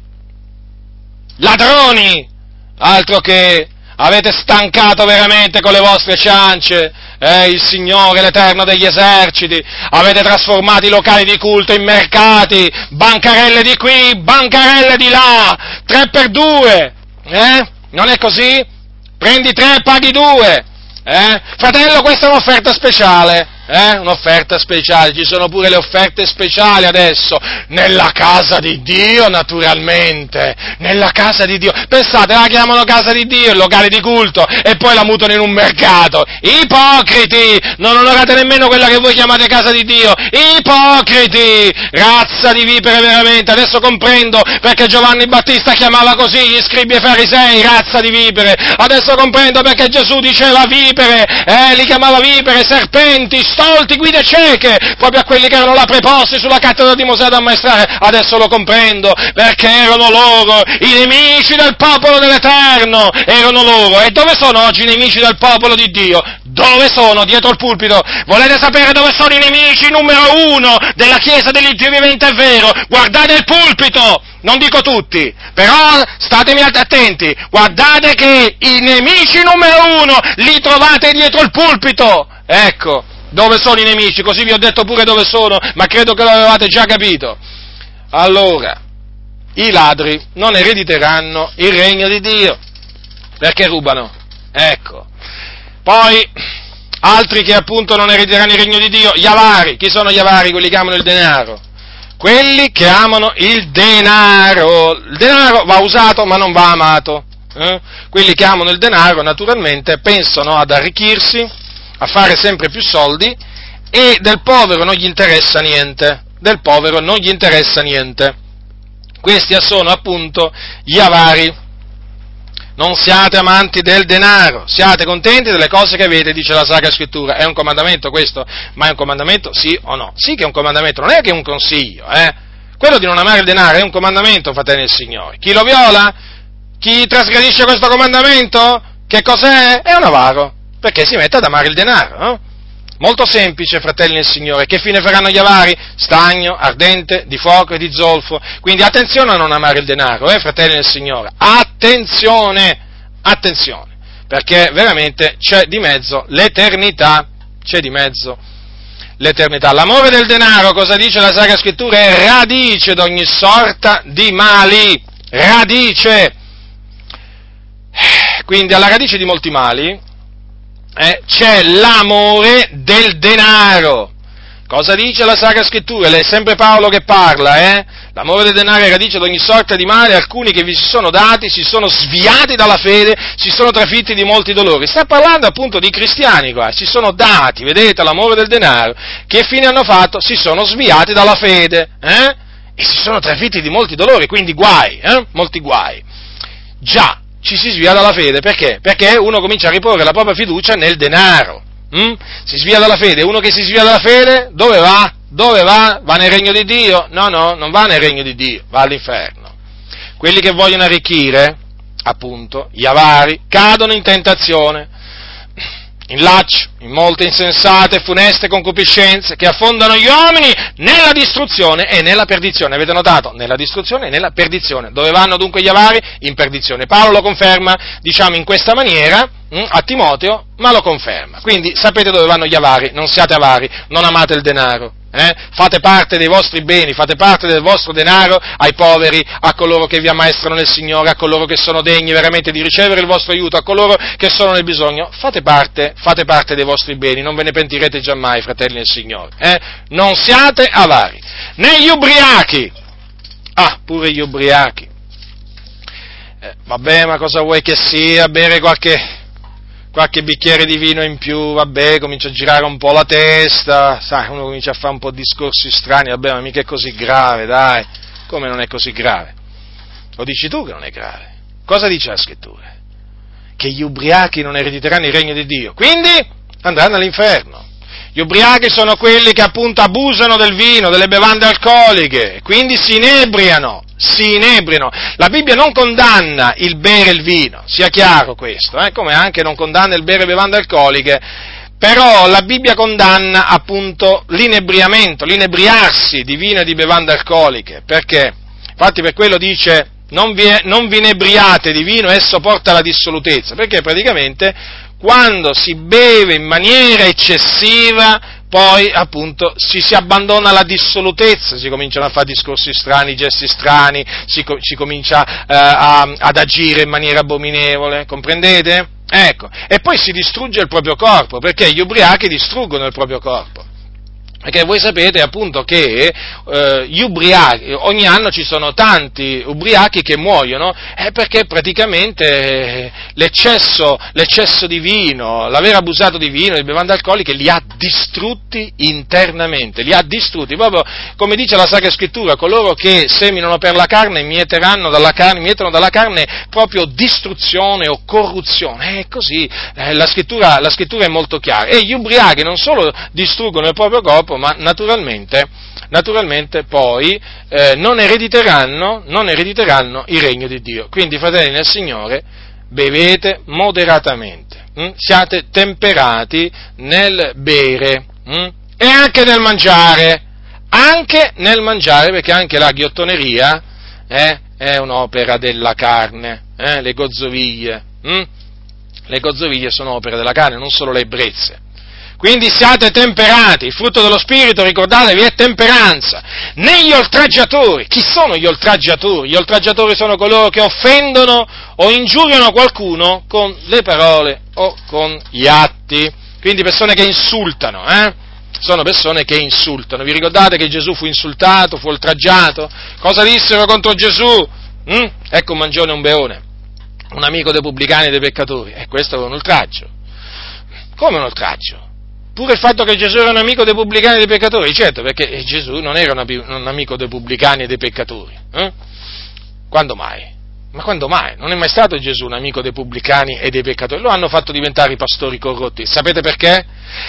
ladroni! Altro che avete stancato veramente con le vostre ciance eh, il Signore, l'Eterno degli eserciti, avete trasformato i locali di culto in mercati, bancarelle di qui, bancarelle di là, tre per due, eh? Non è così? Prendi tre e paghi due, eh? Fratello, questa è un'offerta speciale. Eh? Un'offerta speciale, ci sono pure le offerte speciali adesso, nella casa di Dio naturalmente, nella casa di Dio, pensate, la chiamano casa di Dio, il locale di culto, e poi la mutano in un mercato, ipocriti, non onorate nemmeno quella che voi chiamate casa di Dio, ipocriti, razza di vipere veramente, adesso comprendo perché Giovanni Battista chiamava così gli scribi e farisei, razza di vipere, adesso comprendo perché Gesù diceva vipere, eh, li chiamava vipere, serpenti, stolti, guide cieche, proprio a quelli che erano là preposti sulla cattedra di Mosè ad ammaestrare. Adesso lo comprendo, perché erano loro i nemici del popolo dell'Eterno, erano loro. E dove sono oggi i nemici del popolo di Dio? Dove sono? Dietro il pulpito. Volete sapere dove sono i nemici numero uno della Chiesa dell'Iddio vivente e vero? Guardate il pulpito! Non dico tutti, però statemi attenti, guardate che i nemici numero uno li trovate dietro il pulpito. Ecco, dove sono i nemici, così vi ho detto pure dove sono, ma credo che lo avevate già capito. Allora, i ladri non erediteranno il regno di Dio, perché rubano. Ecco. Poi, altri che appunto non erediteranno il regno di Dio, gli avari. Chi sono gli avari? Quelli che amano il denaro. Quelli che amano il denaro. Il denaro va usato ma non va amato. Eh? Quelli che amano il denaro naturalmente pensano ad arricchirsi, a fare sempre più soldi, e del povero non gli interessa niente. Del povero non gli interessa niente. Questi sono appunto gli avari. Non siate amanti del denaro, siate contenti delle cose che avete, dice la Sacra Scrittura. È un comandamento questo? Ma è un comandamento sì o no? Sì che è un comandamento, non è che è un consiglio, eh? Quello di non amare il denaro è un comandamento, fratelli del Signore. Chi lo viola? Chi trasgredisce questo comandamento? Che cos'è? È un avaro, perché si mette ad amare il denaro, no? Molto semplice, fratelli del Signore. Che fine faranno gli avari? Stagno, ardente, di fuoco e di zolfo. Quindi attenzione a non amare il denaro, eh, fratelli del Signore. Attenzione, attenzione, perché veramente c'è di mezzo l'eternità, c'è di mezzo l'eternità. L'amore del denaro, cosa dice la Sacra Scrittura? È radice di ogni sorta di mali, radice. Quindi alla radice di molti mali Eh, c'è l'amore del denaro. Cosa dice la Sacra Scrittura? È sempre Paolo che parla, eh? L'amore del denaro è radice di ogni sorta di male, alcuni che vi si sono dati, si sono sviati dalla fede, si sono trafitti di molti dolori. Sta parlando appunto di cristiani qua, si sono dati, vedete, l'amore del denaro. Che fine hanno fatto? Si sono sviati dalla fede, eh? E si sono trafitti di molti dolori, quindi guai, eh? Molti guai. Già. Ci si svia dalla fede, perché? Perché uno comincia a riporre la propria fiducia nel denaro, hm? Si svia dalla fede, uno che si svia dalla fede, dove va? Dove va? Va nel regno di Dio? No, no, non va nel regno di Dio, va all'inferno. Quelli che vogliono arricchire, appunto, gli avari, cadono in tentazione, in laccio, in molte insensate e funeste concupiscenze che affondano gli uomini nella distruzione e nella perdizione. Avete notato? Nella distruzione e nella perdizione. Dove vanno dunque gli avari? In perdizione. Paolo lo conferma, diciamo, in questa maniera hm, a Timoteo, ma lo conferma. Quindi sapete dove vanno gli avari, non siate avari, non amate il denaro. Eh? Fate parte dei vostri beni, fate parte del vostro denaro ai poveri, a coloro che vi ammaestrano nel Signore, a coloro che sono degni veramente di ricevere il vostro aiuto, a coloro che sono nel bisogno. Fate parte, fate parte dei vostri beni, non ve ne pentirete giammai, fratelli del Signore. Eh? Non siate avari. Né gli ubriachi. Ah, pure gli ubriachi. Eh, vabbè, ma cosa vuoi che sia? Bere qualche... qualche bicchiere di vino in più, vabbè, comincia a girare un po' la testa, sai, uno comincia a fare un po' di discorsi strani, vabbè, ma mica è così grave, dai, come non è così grave? Lo dici tu che non è grave? Cosa dice la Scrittura? Che gli ubriachi non erediteranno il regno di Dio, quindi andranno all'inferno. Gli ubriachi sono quelli che appunto abusano del vino, delle bevande alcoliche, quindi si inebriano, si inebriano. La Bibbia non condanna il bere il vino, sia chiaro questo, eh? Come anche non condanna il bere bevande alcoliche, però la Bibbia condanna appunto l'inebriamento, l'inebriarsi di vino e di bevande alcoliche, perché? Infatti per quello dice non vi, non vi inebriate di vino, esso porta alla dissolutezza, perché praticamente quando si beve in maniera eccessiva, poi appunto si, si abbandona alla dissolutezza, si cominciano a fare discorsi strani, gesti strani, si, si comincia eh, a, ad agire in maniera abominevole, comprendete? Ecco, e poi si distrugge il proprio corpo, perché gli ubriachi distruggono il proprio corpo. Perché voi sapete appunto che eh, gli ubriachi, ogni anno ci sono tanti ubriachi che muoiono, eh, perché praticamente eh, l'eccesso, l'eccesso di vino, l'aver abusato di vino, di bevande alcoliche, li ha distrutti internamente, li ha distrutti, proprio come dice la Sacra Scrittura, coloro che seminano per la carne mieteranno dalla carne, mietono dalla carne proprio distruzione o corruzione, è così, eh, la, scrittura, la Scrittura è molto chiara, e gli ubriachi non solo distruggono il proprio corpo, ma naturalmente, naturalmente poi eh, non erediteranno, non erediteranno il regno di Dio. Quindi, fratelli nel Signore, bevete moderatamente, hm? Siate temperati nel bere hm? e anche nel mangiare, anche nel mangiare, perché anche la ghiottoneria eh, è un'opera della carne, eh? le gozzoviglie, hm? le gozzoviglie sono opere della carne, non solo le ebbrezze. Quindi siate temperati, il frutto dello Spirito, ricordatevi, è temperanza. Negli oltraggiatori, chi sono gli oltraggiatori? Gli oltraggiatori sono coloro che offendono o ingiuriano qualcuno con le parole o con gli atti. Quindi persone che insultano, eh? Sono persone che insultano. Vi ricordate che Gesù fu insultato, fu oltraggiato? Cosa dissero contro Gesù? Mm? Ecco un mangione e un beone, un amico dei pubblicani e dei peccatori. E questo è un oltraggio. Come un oltraggio? Pure il fatto che Gesù era un amico dei pubblicani e dei peccatori, certo, perché Gesù non era un amico dei pubblicani e dei peccatori. Eh? Quando mai? Ma quando mai? Non è mai stato Gesù un amico dei pubblicani e dei peccatori, lo hanno fatto diventare i pastori corrotti. Sapete perché?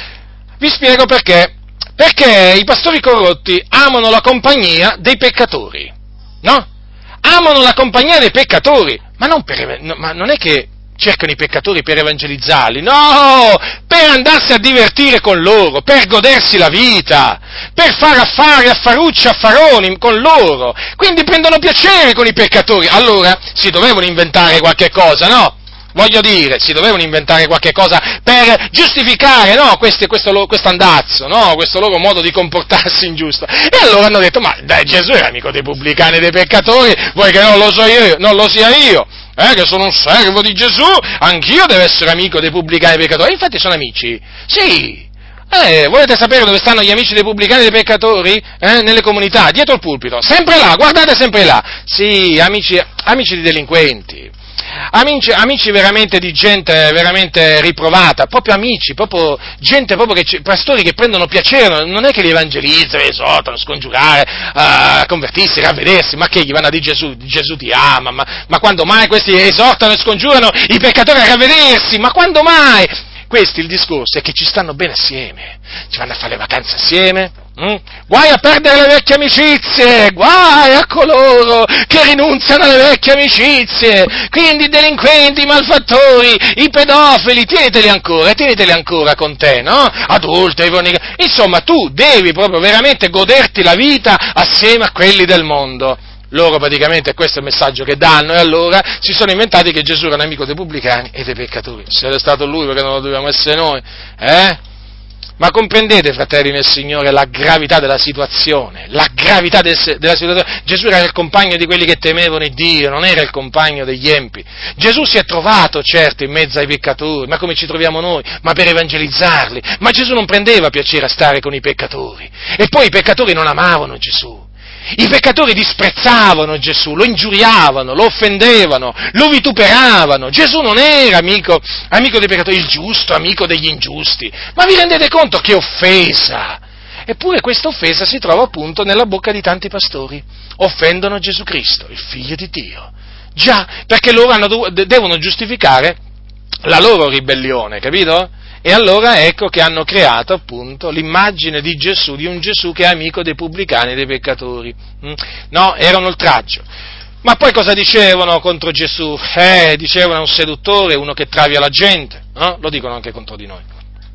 Vi spiego perché. Perché i pastori corrotti amano la compagnia dei peccatori, no? Amano la compagnia dei peccatori, ma non, per, no, ma non è che cercano i peccatori per evangelizzarli, no, per andarsi a divertire con loro, per godersi la vita, per fare affari, affarucci, affaroni con loro, quindi prendono piacere con i peccatori. Allora si dovevano inventare qualche cosa, no? Voglio dire, si dovevano inventare qualche cosa per giustificare, no, questo, questo, questo andazzo, no, questo loro modo di comportarsi ingiusto. E allora hanno detto, ma dai, Gesù era amico dei pubblicani e dei peccatori, vuoi che non lo so io, non lo sia io? Eh, che sono un servo di Gesù, anch'io devo essere amico dei pubblicani e dei peccatori. Infatti sono amici, sì. Eh, volete sapere dove stanno gli amici dei pubblicani e dei peccatori? Eh, nelle comunità, dietro il pulpito, sempre là, guardate sempre là. Sì, amici, amici di delinquenti. Amici, amici veramente di gente veramente riprovata, proprio amici, proprio gente proprio che, pastori che prendono piacere, non è che li evangelizzano, li esortano a scongiurare, a convertirsi, a ravvedersi, ma che gli vanno a dire Gesù, Gesù ti ama, ma, ma quando mai questi esortano e scongiurano i peccatori a ravvedersi, ma quando mai? Questi, il discorso è che ci stanno bene assieme, ci vanno a fare le vacanze assieme, mm? Guai a perdere le vecchie amicizie, guai a coloro che rinunziano alle vecchie amicizie, quindi i delinquenti, i malfattori, i pedofili, tieniteli ancora, tieniteli ancora con te, no? Adulteri, insomma tu devi proprio veramente goderti la vita assieme a quelli del mondo. Loro praticamente questo è il messaggio che danno, e allora si sono inventati che Gesù era un amico dei pubblicani e dei peccatori. Se era stato lui, perché non lo dobbiamo essere noi? Eh? Ma comprendete, fratelli nel Signore, la gravità della situazione, la gravità del, della situazione. Gesù era il compagno di quelli che temevano il Dio, non era il compagno degli empi. Gesù si è trovato, certo, in mezzo ai peccatori, ma come ci troviamo noi? Ma per evangelizzarli. Ma Gesù non prendeva piacere a stare con i peccatori. E poi i peccatori non amavano Gesù. I peccatori disprezzavano Gesù, lo ingiuriavano, lo offendevano, lo vituperavano. Gesù non era amico, amico dei peccatori, il giusto, amico degli ingiusti. Ma vi rendete conto che offesa? Eppure questa offesa si trova appunto nella bocca di tanti pastori. Offendono Gesù Cristo, il Figlio di Dio. Già, perché loro hanno, devono giustificare la loro ribellione, capito? E allora ecco che hanno creato appunto l'immagine di Gesù, di un Gesù che è amico dei pubblicani e dei peccatori. No, era un oltraggio. Ma poi cosa dicevano contro Gesù? Eh, dicevano un seduttore, uno che travia la gente, no? Lo dicono anche contro di noi.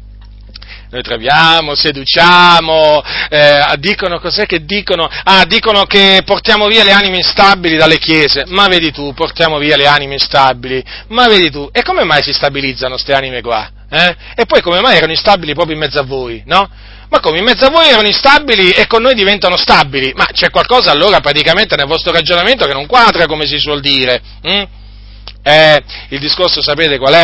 Noi traviamo, seduciamo, eh, dicono, cos'è che dicono? Ah, dicono che portiamo via le anime instabili dalle chiese, ma vedi tu, portiamo via le anime instabili, ma vedi tu, e come mai si stabilizzano ste anime qua? Eh? E poi come mai erano instabili proprio in mezzo a voi, no? Ma come, in mezzo a voi erano instabili e con noi diventano stabili? Ma c'è qualcosa allora praticamente nel vostro ragionamento che non quadra, come si suol dire, hm? Eh, il discorso sapete qual è?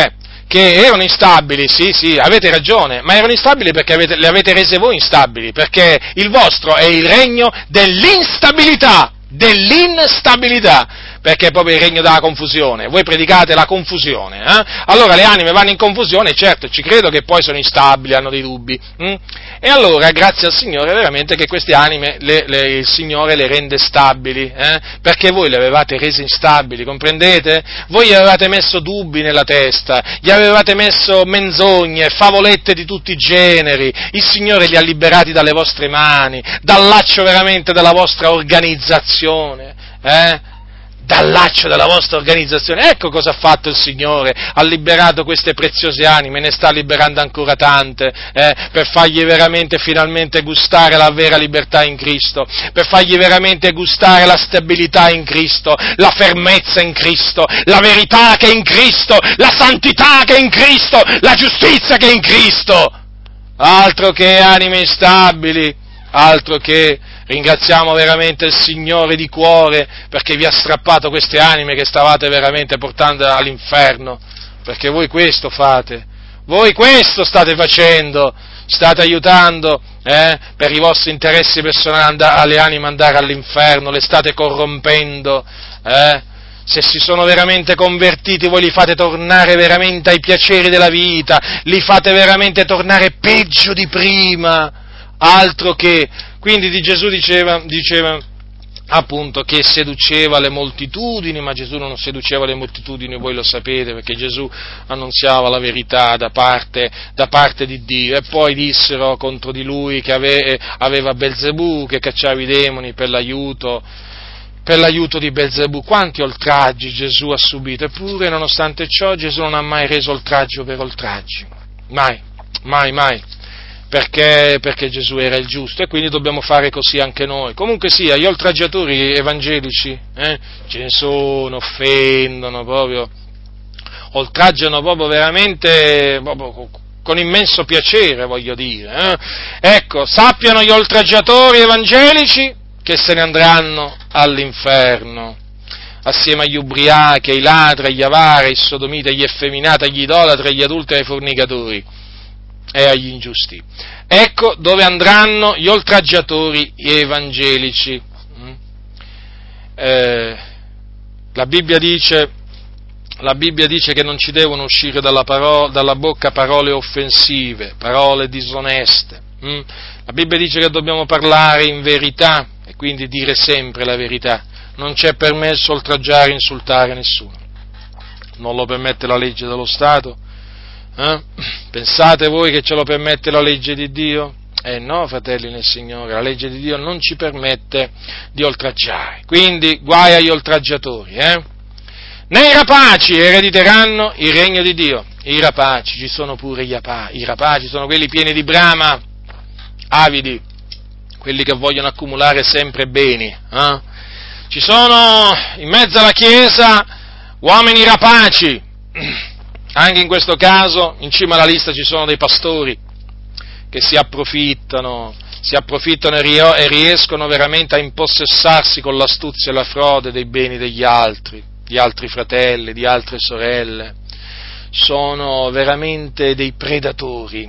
che erano instabili, sì, sì, avete ragione, ma erano instabili perché avete, le avete rese voi instabili, perché il vostro è il regno dell'instabilità, dell'instabilità, perché è proprio il regno della confusione. Voi predicate la confusione, eh? Allora le anime vanno in confusione, e certo, ci credo che poi sono instabili, hanno dei dubbi, hm? E allora, grazie al Signore, veramente che queste anime le, le, il Signore le rende stabili, eh? Perché voi le avevate rese instabili, comprendete? Voi gli avevate messo dubbi nella testa, gli avevate messo menzogne, favolette di tutti i generi, il Signore li ha liberati dalle vostre mani, dal laccio veramente della vostra organizzazione, eh? Dal laccio della vostra organizzazione. Ecco cosa ha fatto il Signore: ha liberato queste preziose anime, ne sta liberando ancora tante, eh, per fargli veramente finalmente gustare la vera libertà in Cristo, per fargli veramente gustare la stabilità in Cristo, la fermezza in Cristo, la verità che è in Cristo, la santità che è in Cristo, la giustizia che è in Cristo. Altro che anime instabili, altro che... Ringraziamo veramente il Signore di cuore perché vi ha strappato queste anime che stavate veramente portando all'inferno, perché voi questo fate, voi questo state facendo, state aiutando eh, per i vostri interessi personali alle anime andare all'inferno, le state corrompendo, eh? Se si sono veramente convertiti voi li fate tornare veramente ai piaceri della vita, li fate veramente tornare peggio di prima, altro che... Quindi di Gesù diceva, diceva appunto che seduceva le moltitudini, ma Gesù non seduceva le moltitudini, voi lo sapete, perché Gesù annunziava la verità da parte, da parte di Dio, e poi dissero contro di lui che ave, aveva Belzebù, che cacciava i demoni per l'aiuto, per l'aiuto di Belzebù. Quanti oltraggi Gesù ha subito, eppure nonostante ciò Gesù non ha mai reso oltraggio per oltraggi, mai, mai, mai. Perché, perché Gesù era il giusto, e quindi dobbiamo fare così anche noi. Comunque sia, gli oltraggiatori evangelici, eh, ce ne sono, offendono proprio, oltraggiano proprio veramente, proprio, con immenso piacere, voglio dire. Eh. Ecco, sappiano gli oltraggiatori evangelici che se ne andranno all'inferno, assieme agli ubriachi, ai ladri, agli avari, ai sodomiti, agli effeminati, agli idolatri, agli adulteri, ai fornicatori e agli ingiusti. Ecco dove andranno gli oltraggiatori evangelici. Eh, la Bibbia dice, la Bibbia dice che non ci devono uscire dalla, parola, dalla bocca parole offensive, parole disoneste. La Bibbia dice che dobbiamo parlare in verità e quindi dire sempre la verità. Non c'è permesso oltraggiare, insultare nessuno. Non lo permette la legge dello Stato. Eh? Pensate voi che ce lo permette la legge di Dio? Eh no, fratelli nel Signore, la legge di Dio non ci permette di oltraggiare, quindi guai agli oltraggiatori, eh? Né i rapaci erediteranno il regno di Dio. I rapaci, ci sono pure gli apa, i rapaci, sono quelli pieni di brama, avidi, quelli che vogliono accumulare sempre beni, eh? Ci sono in mezzo alla Chiesa uomini rapaci. Anche in questo caso, in cima alla lista ci sono dei pastori che si approfittano, si approfittano e riescono veramente a impossessarsi con l'astuzia e la frode dei beni degli altri, di altri fratelli, di altre sorelle. Sono veramente dei predatori,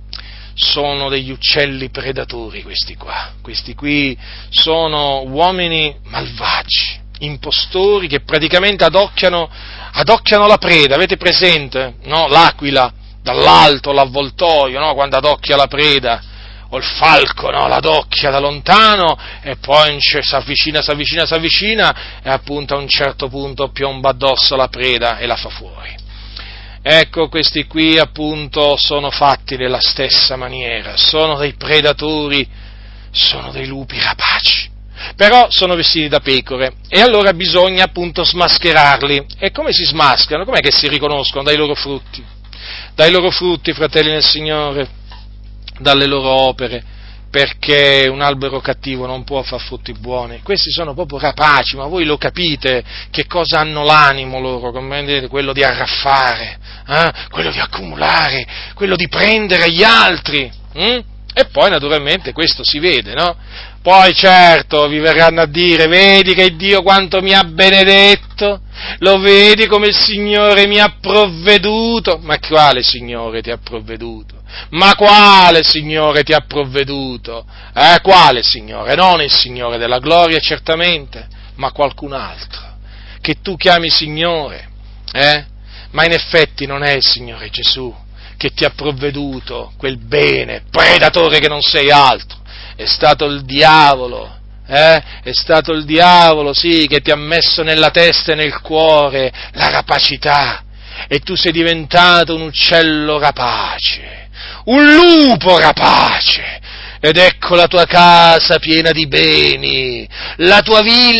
sono degli uccelli predatori questi qua. Questi qui sono uomini malvagi, impostori che praticamente adocchiano, adocchiano la preda, avete presente? No? L'aquila dall'alto, l'avvoltoio, no? Quando adocchia la preda, o il falco, no? L'adocchia da lontano e poi si avvicina, si avvicina, si avvicina e appunto a un certo punto piomba addosso la preda e la fa fuori. Ecco, questi qui appunto sono fatti nella stessa maniera, sono dei predatori, sono dei lupi rapaci. Però sono vestiti da pecore e allora bisogna appunto smascherarli. E come si smascherano? Com'è che si riconoscono? Dai loro frutti. Dai loro frutti, fratelli nel Signore, dalle loro opere, perché un albero cattivo non può far frutti buoni. Questi sono proprio rapaci, ma voi lo capite che cosa hanno l'animo loro, comprendete? Quello di arraffare, eh? Quello di accumulare, quello di prendere gli altri. Hm? E poi naturalmente questo si vede, no? Poi certo vi verranno a dire: vedi che Dio quanto mi ha benedetto, lo vedi come il Signore mi ha provveduto. Ma quale Signore ti ha provveduto? Ma quale Signore ti ha provveduto? Eh, quale Signore? Non il Signore della gloria certamente, ma qualcun altro, che tu chiami Signore, eh? Ma in effetti non è il Signore Gesù che ti ha provveduto quel bene, predatore che non sei altro. È stato il diavolo, eh? È stato il diavolo, sì, che ti ha messo nella testa e nel cuore la rapacità, e tu sei diventato un uccello rapace, un lupo rapace, ed ecco la tua casa piena di beni, la tua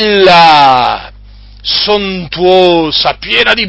villa sontuosa, piena di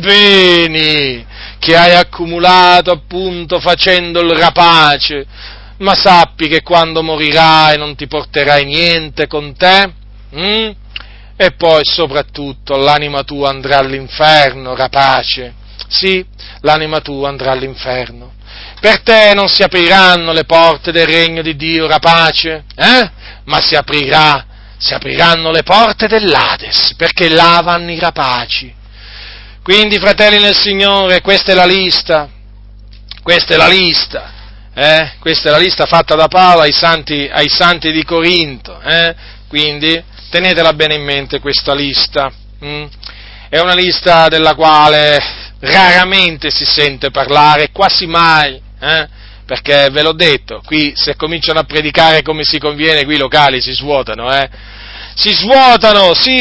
beni, che hai accumulato appunto facendo il rapace. Ma sappi che quando morirai non ti porterai niente con te, hm? E poi soprattutto l'anima tua andrà all'inferno, rapace, sì, l'anima tua andrà all'inferno. Per te non si apriranno le porte del regno di Dio, rapace, eh? Ma si aprirà, si apriranno le porte dell'Ades, perché là vanno i rapaci. Quindi, fratelli nel Signore, questa è la lista, questa è la lista. Eh? Questa è la lista fatta da Paolo ai santi, ai santi di Corinto, eh? Quindi tenetela bene in mente questa lista, hm? È una lista della quale raramente si sente parlare, quasi mai, eh? Perché ve l'ho detto, qui se cominciano a predicare come si conviene, qui i locali si svuotano, eh? Si svuotano, si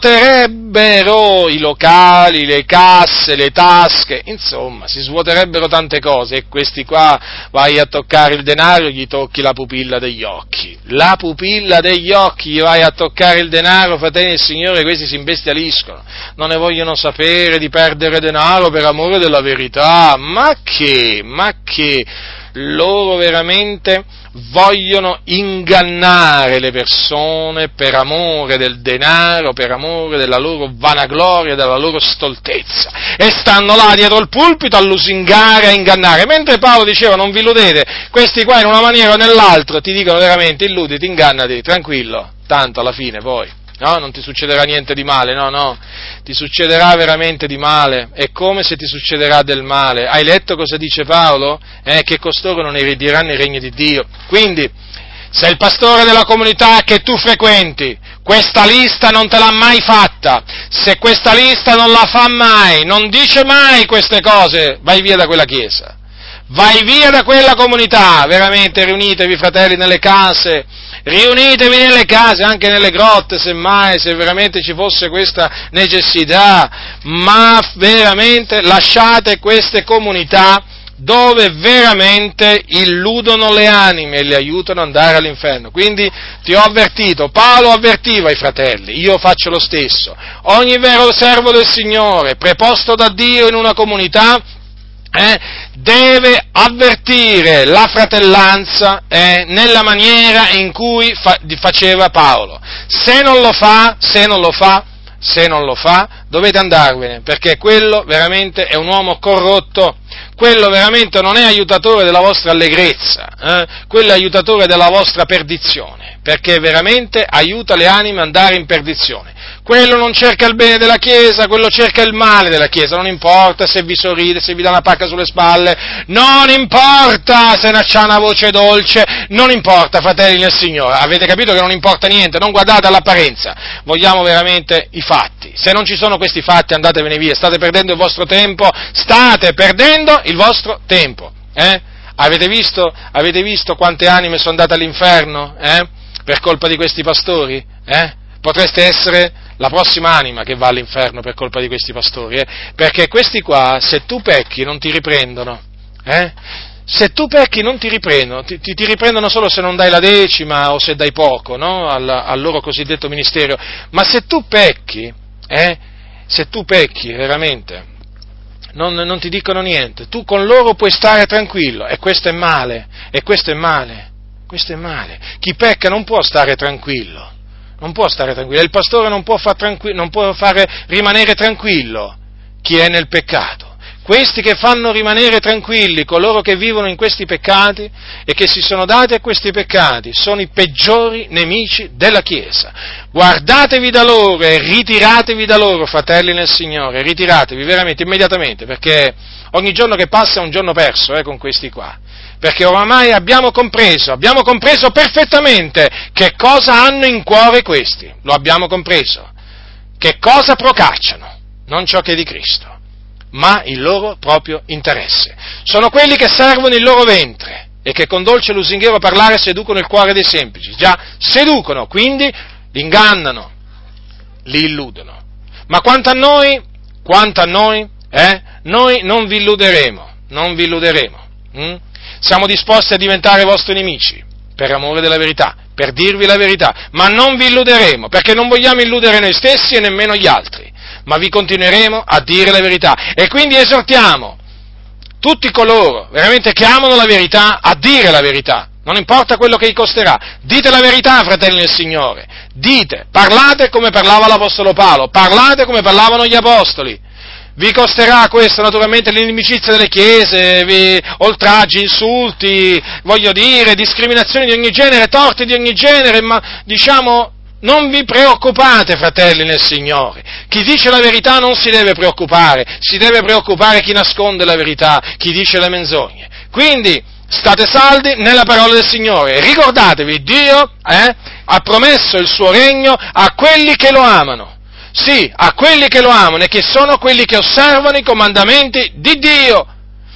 svuoterebbero i locali, le casse, le tasche, insomma, si svuoterebbero tante cose, e questi qua vai a toccare il denaro, gli tocchi la pupilla degli occhi, la pupilla degli occhi, gli vai a toccare il denaro, fratelli del Signore, questi si imbestialiscono, non ne vogliono sapere di perdere denaro per amore della verità, ma che, ma che, loro veramente vogliono ingannare le persone per amore del denaro, per amore della loro vanagloria, della loro stoltezza, e stanno là dietro il pulpito a lusingare, a ingannare, mentre Paolo diceva: non vi illudete, questi qua in una maniera o nell'altra ti dicono veramente illuditi, ingannati, tranquillo, tanto alla fine poi, no, non ti succederà niente di male, no, no, ti succederà veramente di male, è come se ti succederà del male. Hai letto cosa dice Paolo? Eh, che costoro non erediteranno il regno di Dio. Quindi, se il pastore della comunità che tu frequenti questa lista non te l'ha mai fatta, se questa lista non la fa mai, non dice mai queste cose, vai via da quella chiesa. Vai via da quella comunità, veramente, riunitevi, fratelli, nelle case, riunitevi nelle case, anche nelle grotte, semmai, se veramente ci fosse questa necessità, ma veramente lasciate queste comunità dove veramente illudono le anime e le aiutano ad andare all'inferno. Quindi ti ho avvertito, Paolo avvertiva i fratelli, io faccio lo stesso. Ogni vero servo del Signore, preposto da Dio in una comunità, Eh, deve avvertire la fratellanza eh, nella maniera in cui fa, faceva Paolo. Se non lo fa, se non lo fa, se non lo fa, dovete andarvene, perché quello veramente è un uomo corrotto, quello veramente non è aiutatore della vostra allegrezza, eh? Quello è aiutatore della vostra perdizione, perché veramente aiuta le anime ad andare in perdizione. Quello non cerca il bene della Chiesa, quello cerca il male della Chiesa, non importa se vi sorride, se vi dà una pacca sulle spalle, non importa se c'ha una voce dolce, non importa, fratelli nel Signore, avete capito che non importa niente, non guardate all'apparenza, vogliamo veramente i fatti. Se non ci sono questi fatti, andatevene via, state perdendo il vostro tempo, state perdendo il vostro tempo, eh? Avete visto, avete visto quante anime sono andate all'inferno, eh? Per colpa di questi pastori, eh? Potreste essere la prossima anima che va all'inferno per colpa di questi pastori, eh? Perché questi qua, se tu pecchi, non ti riprendono, eh? Se tu pecchi non ti riprendono, ti, ti, ti riprendono solo se non dai la decima o se dai poco, no? Al, al loro cosiddetto ministero, ma se tu pecchi, eh? Se tu pecchi veramente, non, non ti dicono niente, tu con loro puoi stare tranquillo, e questo è male, e questo è male, questo è male, chi pecca non può stare tranquillo. Non può stare tranquillo, il pastore non può, far tranqu- non può fare rimanere tranquillo chi è nel peccato. questi che fanno rimanere tranquilli coloro che vivono in questi peccati e che si sono dati a questi peccati, sono i peggiori nemici della Chiesa. Guardatevi da loro e ritiratevi da loro, fratelli nel Signore, ritiratevi veramente, immediatamente, perché ogni giorno che passa è un giorno perso eh, con questi qua. Perché oramai abbiamo compreso, abbiamo compreso perfettamente che cosa hanno in cuore questi, lo abbiamo compreso, che cosa procacciano, non ciò che è di Cristo, ma il loro proprio interesse. Sono quelli che servono il loro ventre e che con dolce lusinghiero parlare seducono il cuore dei semplici, già, seducono, quindi li ingannano, li illudono. Ma quanto a noi, quanto a noi, eh, noi non vi illuderemo, non vi illuderemo, hm? Siamo disposti a diventare vostri nemici, per amore della verità, per dirvi la verità, ma non vi illuderemo, perché non vogliamo illudere noi stessi e nemmeno gli altri, ma vi continueremo a dire la verità. E quindi esortiamo tutti coloro, veramente, che amano la verità, a dire la verità, non importa quello che gli costerà. Dite la verità, fratelli del Signore, dite, parlate come parlava l'Apostolo Paolo, parlate come parlavano gli Apostoli. Vi costerà questo naturalmente l'inimicizia delle chiese, vi, oltraggi, insulti, voglio dire, discriminazioni di ogni genere, torti di ogni genere, ma diciamo non vi preoccupate, fratelli nel Signore. Chi dice la verità non si deve preoccupare, si deve preoccupare chi nasconde la verità, chi dice le menzogne. Quindi state saldi nella parola del Signore, ricordatevi, Dio eh, ha promesso il suo regno a quelli che lo amano. Sì, a quelli che lo amano e che sono quelli che osservano i comandamenti di Dio.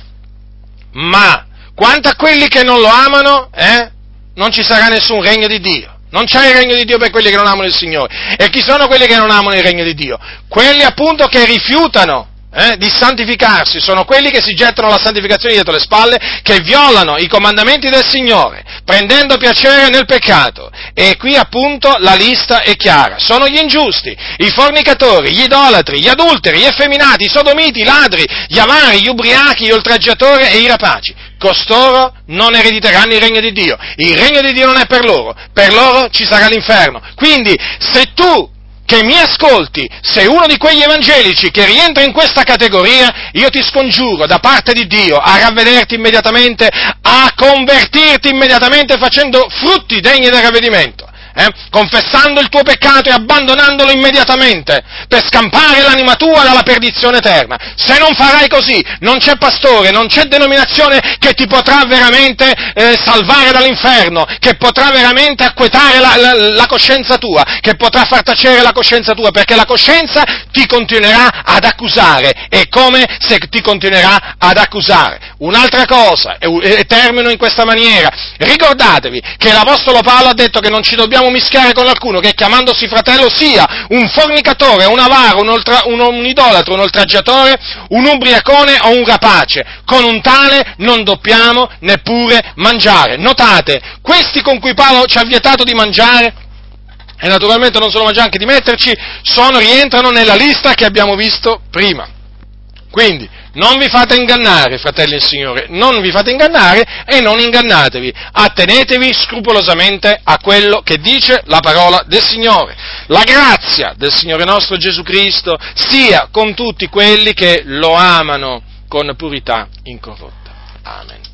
Ma quanto a quelli che non lo amano, eh, non ci sarà nessun regno di Dio. Non c'è il regno di Dio per quelli che non amano il Signore. E chi sono quelli che non amano il regno di Dio? Quelli appunto che rifiutano eh, di santificarsi, sono quelli che si gettano la santificazione dietro le spalle, che violano i comandamenti del Signore, prendendo piacere nel peccato. E qui appunto la lista è chiara. Sono gli ingiusti, i fornicatori, gli idolatri, gli adulteri, gli effeminati, i sodomiti, i ladri, gli avari, gli ubriachi, gli oltraggiatori e i rapaci. Costoro non erediteranno il regno di Dio. Il regno di Dio non è per loro, per loro ci sarà l'inferno. Quindi, se tu che mi ascolti, sei uno di quegli evangelici che rientra in questa categoria, io ti scongiuro da parte di Dio a ravvederti immediatamente, a convertirti immediatamente facendo frutti degni del ravvedimento, eh? confessando il tuo peccato e abbandonandolo immediatamente per scampare l'anima tua dalla perdizione eterna. Se non farai così, non c'è pastore, non c'è denominazione che ti potrà veramente eh, salvare dall'inferno, che potrà veramente acquietare la, la, la coscienza tua, che potrà far tacere la coscienza tua, perché la coscienza ti continuerà ad accusare, è come se ti continuerà ad accusare. Un'altra cosa, e, e termino in questa maniera, ricordatevi che l'Apostolo Paolo ha detto che non ci dobbiamo mischiare con qualcuno che chiamandosi fratello sia un fornicatore, un avaro, un, oltra, un, un idolatro, un oltraggiatore, un ubriacone o un rapace. Con un tale non dobbiamo neppure mangiare. Notate, questi con cui Paolo ci ha vietato di mangiare, e naturalmente non solo mangiare, anche di metterci, sono, rientrano nella lista che abbiamo visto prima. Quindi, non vi fate ingannare, fratelli del Signore, non vi fate ingannare e non ingannatevi, attenetevi scrupolosamente a quello che dice la parola del Signore. La grazia del Signore nostro Gesù Cristo sia con tutti quelli che lo amano con purità incorrotta. Amen.